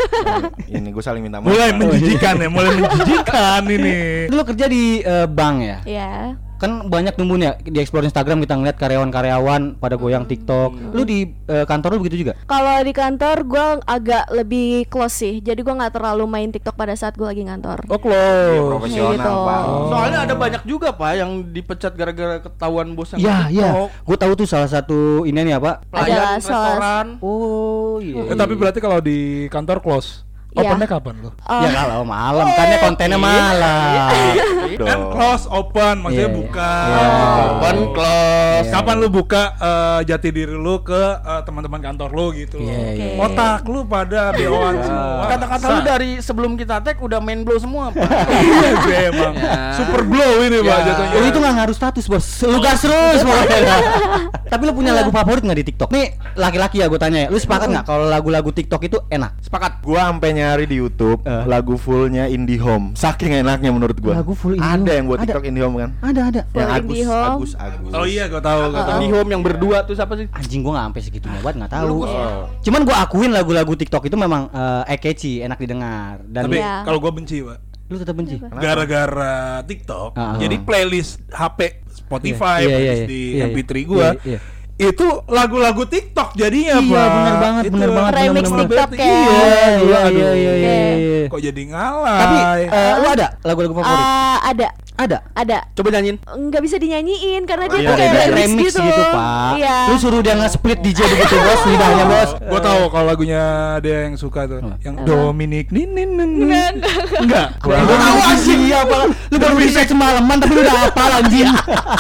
Ini gue saling minta maaf. Mulai Pak. menjijikan ya, mulai menjijikan ini. Lu kerja di eh, bank ya? Iya. Kan banyak tumbuh ya di explore Instagram kita ngeliat karyawan-karyawan pada goyang TikTok. Lu di eh, kantor lu begitu juga? Kalau di kantor gue agak lebih close sih, jadi gue nggak terlalu main TikTok pada saat gue lagi ngantor. Oh, close. Profesional, Gitu. Pak. Soalnya ada banyak juga Pak yang dipecat gara-gara ketahuan bosnya Iya iya. TikTok. Gue tahu tuh salah satu ini nih apa? Ada Pelayan salah- restoran. Oh iya. Eh, tapi berarti kalau di kantor close. Iya. Opennya kapan lu? Oh, Ya kalau malam, kan ya kontennya malam. Kan close open maksudnya Iya. buka. Iya. Open close. Kapan lu buka eh, jati diri lu ke eh, teman-teman kantor lu gitu loh. Iya, iya. Otak lu pada B O-an semua. Kata-kata lu dari sebelum kita tag udah main blow semua Pak. Iya gue emang Ya. super blow ini Pak Ya. jatuhnya. Oh itu nggak ngaruh status bos, lu gas terus pokoknya. Tapi lu punya lagu favorit nggak di TikTok? Nih laki-laki ya gue tanya ya, lu sepakat nggak kalau lagu-lagu TikTok itu enak? Sepakat. Gua sampai nyari di YouTube Eh. lagu fullnya Indihome. Saking enaknya menurut gua. Lagu full Indihome? Ada yang buat Ada. TikTok Indihome kan? Ada ada. Full Yang Agus, Indihome. Agus, Agus. Oh iya gue tahu gue tahu. Di home yang berdua tuh siapa sih? Anjing gue nggak sampai segitunya banget nggak tahu. Iya. Cuman gue akuin lagu-lagu TikTok itu memang eh catchy, enak didengar. Dan Tapi Iya. kalau gue benci Pak. lu tetap benci. Kenapa? Gara-gara TikTok. Ah, ah. Jadi playlist H P Spotify, Iya, iya, playlist iya, di iya, M P tiga iya, gua. iya. Itu lagu-lagu TikTok jadinya Iya, Pak. bener banget, Itu. bener banget, Remix bener-bener. TikTok ya. Iya, Iya iya aduh. iya iya. iya, iya. Kok jadi ngalah? Tapi eh, lu ada lagu-lagu favorit? Ah, ada, Ada. ada. Coba nyanyiin. Nggak bisa dinyanyiin karena dia Iya, tuh kayak beda. remix, remix gitu. gitu, Pak. Iya. Lu suruh dia nge-split D J begitu, Bos, lidahnya, Bos. Gue tahu kalau lagunya dia yang suka tuh, yang Apa? Dominic Ninin. Enggak. Gua tahu anjing iya, Pak. Lu baru bisa semalaman tapi lu udah hafal anjing.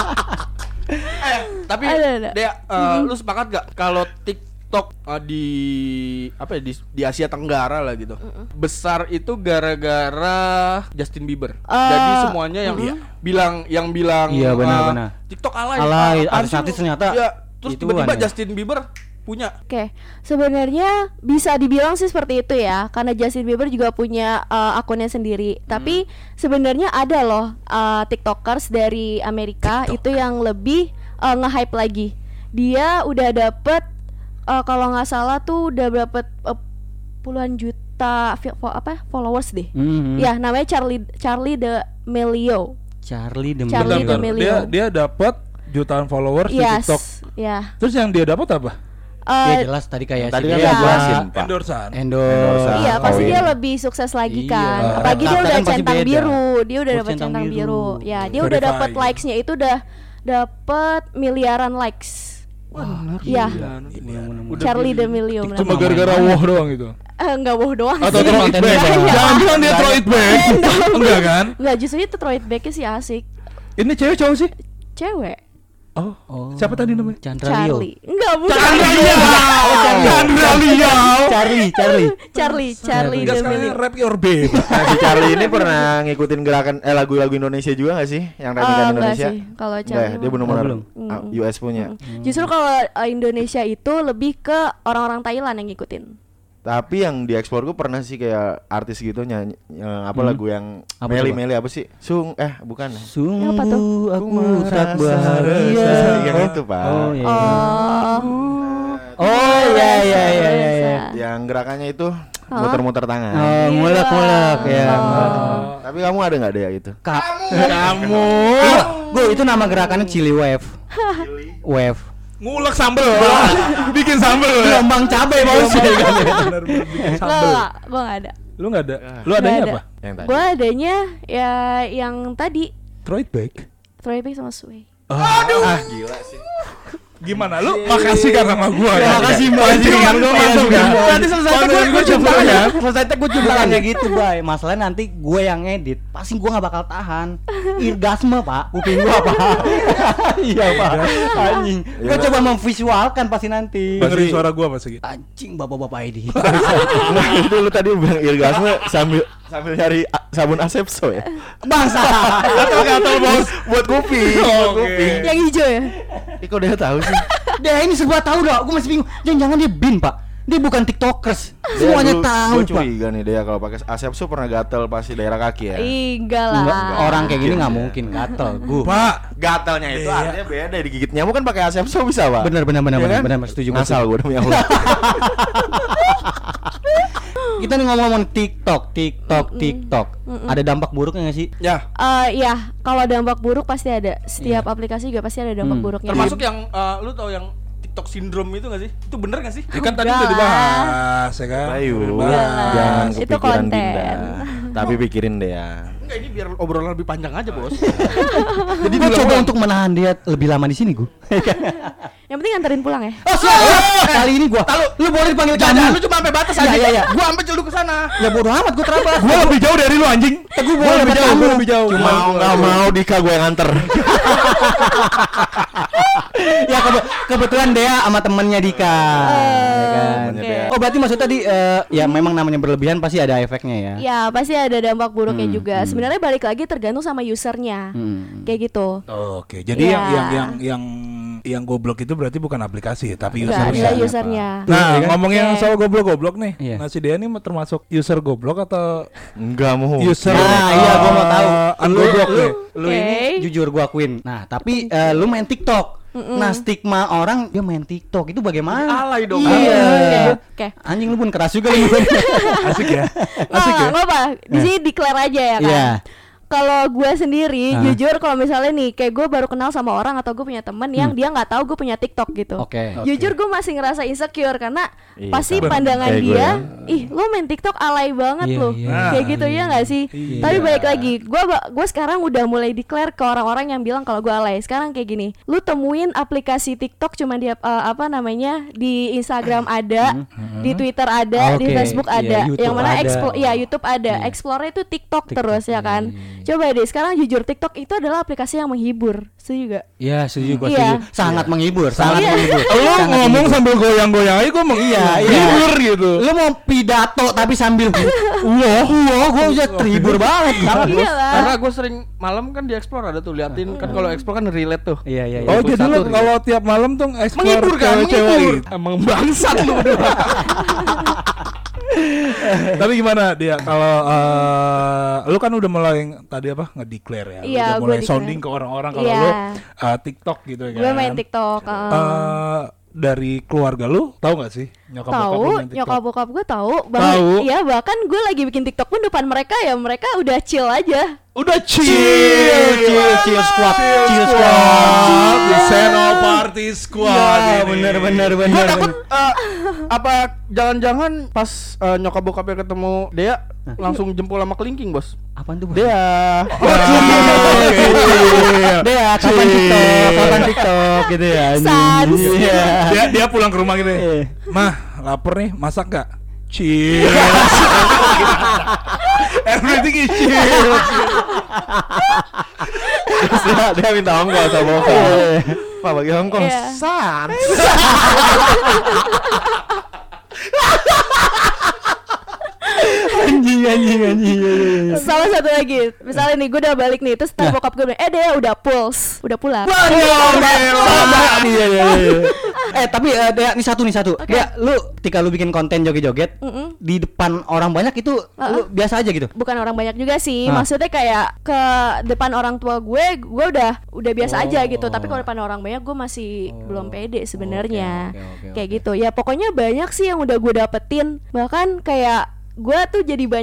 Eh, tapi Ada, ada. Dea, eh, lu sepakat gak kalau TikTok eh, di apa ya di, di Asia Tenggara lah gitu besar itu gara-gara Justin Bieber. Eh, Jadi semuanya yang bilang yang bilang Iya, benar, eh, benar. TikTok alay. Alay, apaan sih artis-artis lu? ternyata Iya, terus ituan tiba-tiba ya. Justin Bieber punya. Oke, sebenarnya bisa dibilang sih seperti itu ya, karena Justin Bieber juga punya uh, akunnya sendiri. Tapi sebenarnya ada loh uh, TikTokers dari Amerika itu yang lebih uh, nge-hype lagi. Dia udah dapet uh, kalau nggak salah tuh udah dapet uh, puluhan juta fi- fo- apa followers deh. Mhm. Ya, namanya Charlie Charlie D'Amelio. Charlie Charlie Bentar, D'Amelio. bentar. D'Amelio. Dia dia dapat jutaan followers di Yes, TikTok. ya. Terus yang dia dapat apa? Uh, Ya jelas tadi kayak Tadi si kan dia Iya. jelasin, Pak. Endorsean. endorse. Endorse. Iya, pasti kawin. dia lebih sukses lagi Iya. kan. Rata-rata Apalagi dia udah kan pasti centang beda. biru, dia udah Oh, dapat centang centang biru. biru. Ya, dia udah Verify. dapat likes-nya itu udah dapat miliaran likes. Iya. Udah Charlie gini. D'Amelio. Cuma namanya. gara-gara woh doang gitu. Eh, enggak boh doang Atau sih. throw it back. Iya. Jangan-jangan dia throw it back. Enggak kan? Enggak, justru itu throw it back-nya sih asik. Ini cewek cowok sih? Cewek. Oh. Oh. Siapa tadi namanya? Chandra Leo. Charlie. Enggak, bukan. Chandra Liao. Chandra Liao. Charlie, Charlie. Charlie, Charlie Enggak sekarang D'Amelio. rap your babe. Nah, si Charlie ini pernah ngikutin gerakan eh lagu-lagu Indonesia juga gak sih? Yang Eh, ramingan enggak Indonesia? sih, kalau Enggak, Charlie ya? Dia mah. benar-benar Oh, belum. ah, U S punya. Justru kalau uh, Indonesia itu lebih ke orang-orang Thailand yang ngikutin. Tapi yang dieksplor gue pernah sih kayak artis gitu nyanyi eh, apa Hmm. lagu yang Apa Meli coba? Meli apa sih? Sung eh bukan. Sungguh Apa tuh? aku Ku tak merasa bahagia. resah. Yang itu, Pak. Oh iya. Oh. Oh iya iya iya iya. iya. Yang gerakannya itu Hah? muter-muter tangan. Oh, ngulek-ngulek ya. Oh. Tapi kamu ada nggak deh gitu? Kak. Kamu. Gue itu nama gerakannya Chili Wave. Wave. ngulek sambel. Bikin sambel. Gelombang cabai bos. Benar-benar bikin sambel. Enggak, gue nggak ada. Lu enggak ada. Lu Nggak adanya ada. apa? Yang tadi. Gue adanya ya yang tadi Throw it back. Throwback sama Sway. Aduh. Ah, gila sih. Gimana lu? Makasih kan sama gua ya. Makasih Mbak. Pancing kan gua masuk kan. Nanti selesai Pancing gue gua gue cium coba tangan ya. Selesai gue cium tangan kayak gitu, Bay. Masalahnya nanti gue yang ngedit, pasti gue nggak bakal tahan. Irgasme, Pak. Kuping gua, Pak. Iya, Pak. Anjing. Gue coba memvisualkan pasti nanti. Dengerin suara gua masih gitu. Anjing bapak-bapak ini. Nah, itu lu tadi bilang irgasme sambil sambil nyari a- sabun asepso ya. Bangsa. Gatal-gatal bos buat kuping. Buat Oke. kuping. Yang hijau ya? Ih, kok dia tahu sih? Dia ini sebuah tahu dah. Gue masih bingung. Jangan-jangan dia bin, Pak. Dia bukan tiktokers. Semuanya tahu, Gue Pak. curiga nih dia kalau pakai asepso pernah gatal pasti daerah kaki ya. Ih, enggak lah. Enggak, orang kayak gini nggak mungkin gatel. Gue. Pak, Gatalnya itu Iya. artinya beda. Digigit nyamuk kan pakai asepso bisa, Pak. Bener bener bener Iya bener kan? bener setuju gue. Ngasal gue demi Allah. Kita nih ngomong-ngomong TikTok, TikTok, TikTok. Ada dampak buruknya nggak sih? Ya, Eh ya, kalau dampak buruk pasti ada. Setiap aplikasi juga pasti ada dampak Hmm. buruknya. termasuk yang eh, lu tahu yang TikTok syndrome itu gak sih? Itu bener gak sih? ya kan tadi Enggak udah lah. dibahas ya kan? Bayu, Udah dibahas. jangan Itu kepikiran konten. Dinda. Tapi pikirin deh ya. Enggak, ini biar obrolan lebih panjang aja, Bos. Jadi gue coba untuk menahan dia lebih lama di sini, gue. Yang penting anterin pulang ya. Oh, siap. Kali ini gue. Lu boleh dipanggil Jangan, kamu. lu cuma sampai batas Iya, aja. iya, iya. Gua sampai celuk ke sana. Ya bodo amat, gue terabas. Gua lebih jauh dari lu anjing. Gue Gua boleh lebih jauh, kamu. gua lebih jauh. Mau nggak mau Dika gue yang anter. Ya kebe- kebetulan Dea sama temennya Dika. Ya kan? Temennya Oke. Dea. Oh berarti maksud tadi eh, ya memang namanya berlebihan pasti ada efeknya ya. Ya, pasti ada dampak buruknya Hmm, juga. hmm. Sebenarnya balik lagi tergantung sama usernya. Hmm. Kayak gitu. Oke, jadi Iya. yang yang yang yang yang goblok itu berarti bukan aplikasi tapi Enggak, usernya. ada usernya. Nah, Iya kan? ngomongin Oke. soal goblok-goblok nih. Iya. Nah, si Dea ini termasuk user goblok atau Enggak mau. user? Nah, iya gua mau tahu. uh, ungoblok nih. Lu ini Oke. jujur gua akuin. Nah, tapi eh, lu main TikTok. Nah, stigma orang dia main TikTok itu bagaimana? Alay dong. Iya. Oke, oke. Anjing lu pun keras juga lu. Asik ya. Nggak, Asik ya. nggak apa. Di sini declare aja ya kan. Iya. Kalau gue sendiri, Hah? jujur kalau misalnya nih, kayak gue baru kenal sama orang atau gue punya temen yang dia nggak tahu gue punya TikTok gitu. Hmm. Oke. Jujur gue masih ngerasa insecure karena Iya, pasti sama. pandangan Kayak gue dia, ya. ih lo main TikTok alay banget Iya, lo, iya. kayak gitu ya nggak sih? Iya. Tapi balik lagi, gue gue sekarang udah mulai declare ke orang-orang yang bilang kalau gue alay. Sekarang kayak gini, lu temuin aplikasi TikTok cuma di uh, apa namanya di Instagram ada, di Twitter ada, di Oke, Facebook iya, ada, YouTube yang mana ada. explore, ya YouTube ada, Iya. explore itu TikTok, TikTok, terus ya kan. iya, iya. Coba deh sekarang jujur TikTok itu adalah aplikasi yang menghibur, setuju gak? Iya, setuju gua Iya. setuju. Sangat menghibur, sangat Iya. menghibur. Lu Sangat ngomong menghibur. sambil goyang-goyang aja gua mau Iya, iya. hibur gitu. Lu mau pidato tapi sambil wah, wah, gua udah terhibur banget. Iya lah. Karena gue sering malam kan di explore ada tuh liatin kan kalau explore kan relate tuh. Iya, iya, iya. Oh, Gua jadi satu lu relate. kalau tiap malam tuh explore Menghibur kan, cewek-cewek menghibur. gitu. Emang bangsat lu berdua. Tapi gimana dia kalau eh, lu kan udah mulai tadi apa nge-declare ya, Lu Iya, udah gua mulai declare. sounding ke orang-orang kalau Iya. lu eh, TikTok gitu kan. Gue main TikTok. uh. Eh, dari keluarga lu tahu nggak sih nyokap bokap lu Tahu, main TikTok? nyokap bokap gue tahu. Tahu. Iya, bahkan gue lagi bikin TikTok pun depan mereka ya mereka udah chill aja. Udah chill, chill, chill squad, chill squad. The Seno Party Squad. Iya, ini. bener, bener, Gue bener. takut eh, apa jangan-jangan pas eh, nyokap bokapnya ketemu Dea langsung jempol sama kelingking, Bos. Apaan tuh? Bos? Dea. Dea, kapan TikTok? Kapan TikTok gitu ya? anjing. Sans. Iya. Dia dia pulang ke rumah gini. Iya. Mah, lapar nih, masak gak? Chill. Everything is chill. Terus dia, dia minta ongkos sama bokap. Pak bagi ongkos. Iya. Sans. Anjing, anjing, anjing. Iya, iya, iya. Sama satu lagi, misalnya nih gue udah balik nih, terus ntar bokap gue bilang, eh dia udah puls, udah pulang. Sama nih, iya, iya, iya. Eh tapi eh, Dea, nih satu nih satu. Dea, lu ketika lu bikin konten joget-joget Mm-mm. di depan orang banyak itu lu biasa aja gitu. Bukan orang banyak juga sih, Hah? maksudnya kayak ke depan orang tua gue, gue udah udah biasa aja gitu. Tapi kalau depan orang banyak gue masih belum pede sebenarnya. oke, oke, oke, Kayak gitu. Ya pokoknya banyak sih yang udah gue dapetin. Bahkan kayak gue tuh jadi banyak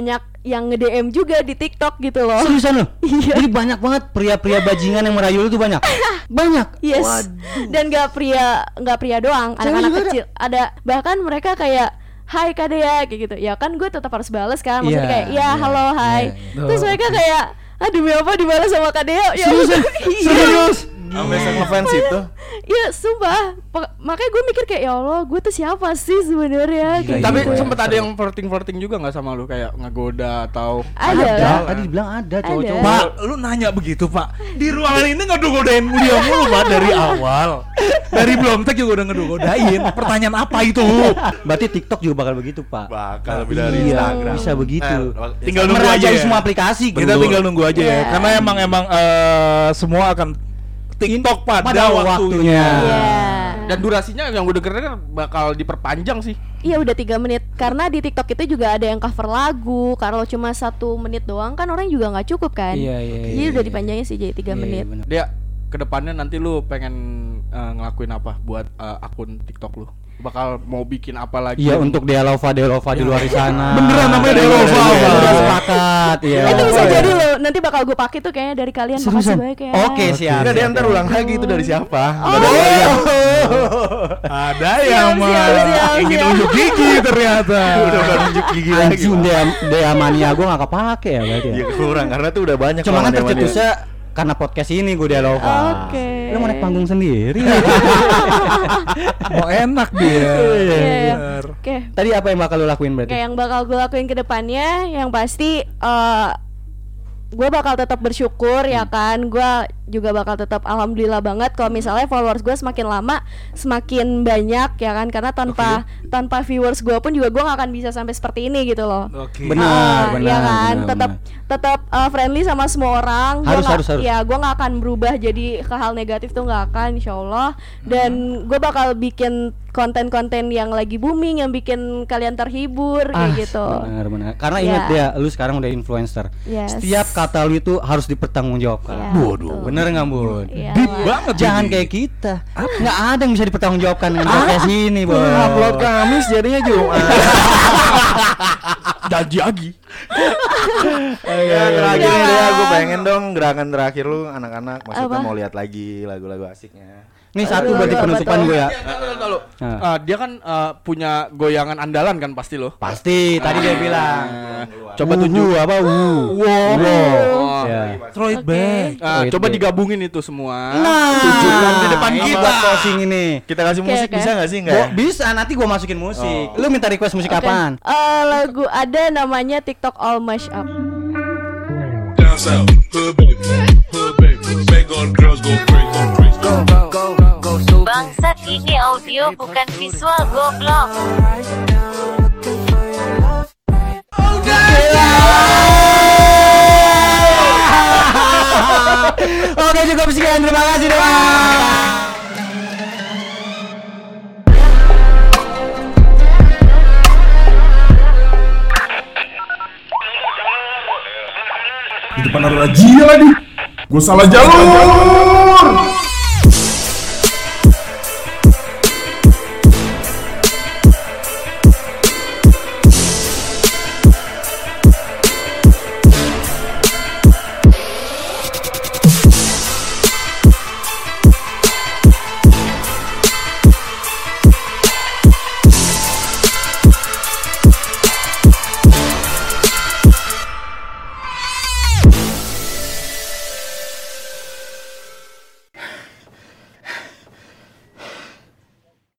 yang nge-D M juga di TikTok gitu loh. Seriusan lo? Iya. Jadi banyak banget pria-pria bajingan yang merayu lu tuh banyak. Banyak. Yes. Dan gak pria nggak pria doang, anak-anak juga ada. kecil. Ada bahkan mereka kayak hai Kak Dea kayak gitu. Ya kan gue tetap harus balas kan. Maksudnya Iya, kayak ya iya, halo hai. iya, Terus mereka kayak ah demi apa dibalas sama Kak Dea? Ya Seriusan? iya. Serius? Sampai ngefans itu. Iya sumpah. Pe- makanya gue mikir kayak ya Allah, gue tuh siapa sih sebenarnya? Kayak Tapi gitu. sempet ada yang flirting-flirting juga nggak sama lu kayak ngegoda atau Ada. Ada. lah. Tadi dibilang ada cowok-cowok. Ada. Pak, lu nanya begitu Pak. Di ruangan ini ngeduk-godain dia mulu Pak dari awal. Dari belum tek juga udah ngeduk-godain. Pertanyaan apa itu? Berarti TikTok juga bakal begitu, Pak. Bakal lebih dari Iya, Instagram. bisa begitu. Eh, Tinggal nunggu aja Merajai ya. semua aplikasi. Kita bro. tinggal nunggu aja ya. Iya. Karena emang emang eh, semua akan TikTok pada, pada waktunya. waktunya. Iya. dan durasinya yang gue dengerin bakal diperpanjang sih. Iya udah tiga menit. Karena di TikTok itu juga ada yang cover lagu. Kalau cuma satu menit doang kan orang juga nggak cukup kan. Iya, iya, Jadi iya, udah iya. dipanjangin sih jadi tiga Iya, menit. iya, bener. Dia kedepannya nanti lu pengen uh, ngelakuin apa buat uh, akun TikTok lu? Bakal mau bikin apa lagi? Iya, untuk Dealova Dealova di luar di sana. Beneran namanya Iya, Dealova, iya, iya, Pak. udah sepakat. Iya. Itu bisa Oh, jadi iya. loh. Nanti bakal gue pakai tuh kayaknya dari kalian. Makasih Seriusan? banyak ya. Oke, siap. Enggak, dia siap, ntar siap. ulang lagi itu dari siapa? Oh, Nggak ada iya. yang- Ada yang Siap, mah siap, siap, ingin siap. unjuk gigi ternyata. Udah udah nunjuk gigi lagi. Anjing Dea Dea mania gue gak kepake ya berarti ya. Ya kurang karena tuh udah banyak. Cuma kan lawan yang mania. tercetusnya karena podcast ini gue Dealova. Oke. Lu mau naik panggung sendiri. Mau enak dia. Iya, iya. Bener. Oke. Tadi apa yang bakal lu lakuin berarti? Kayak yang bakal gue lakuin ke depannya, yang pasti eh gue bakal tetap bersyukur ya kan. Gue juga bakal tetap alhamdulillah banget kalau misalnya followers gue semakin lama semakin banyak ya kan, karena tanpa tanpa viewers gue pun juga gue gak akan bisa sampai seperti ini gitu loh. Oke. Benar, Ah, benar, ya kan, benar, tetap tetap uh, friendly sama semua orang. Gua Harus, nggak- harus, harus. Ya, gue nggak akan berubah jadi ke hal negatif tuh nggak akan, insya Allah. Dan gue bakal bikin konten-konten yang lagi booming, yang bikin kalian terhibur kayak gitu. Benar, benar. Karena Ya. ingat dia, lu sekarang udah influencer. Yes. Setiap kata lu itu harus dipertanggungjawabkan. Ya, Waduh, betul. bener nggak Bun? Iya Deep lah. banget Jangan ini. kayak kita. Nggak ada yang bisa dipertanggungjawabkan dengan podcast ini, Bun. Upload Kamis jadinya Jumat. Janji lagi. Ya terakhir Iya. nih ya, gue pengen dong gerakan terakhir lu anak-anak. Maksudnya Apa? mau lihat lagi lagu-lagu asiknya. Nih satu Aduh, berarti apa penutupan tuh? gue ya. Ya, tahu, tahu, tahu. Nah. Uh, dia kan uh, punya goyangan andalan kan pasti lo. Pasti, tadi dia bilang. Coba Wuhu, tunjuk. apa? Wuh. Wow. Wow. Ya. Throw it Oke. back. Ah, Wait, coba wait. digabungin itu semua. Nah, Tunjukkan di depan ini kita. buat closing ini. Kita kasih Oke, musik oke. bisa nggak sih nggak? Gua ya? bisa, nanti gua masukin musik. Oh. Lu minta request musik Oke. apaan? Eh, lagu ada namanya TikTok All Mash Up. Down south, hood baby, hood baby. Bang on girls go crazy, go crazy. Bangsat, ini audio bukan visual, goblok. Oke, cukup sekian. Terima kasih teman. Di depan ada razia lagi. Gue salah jalur.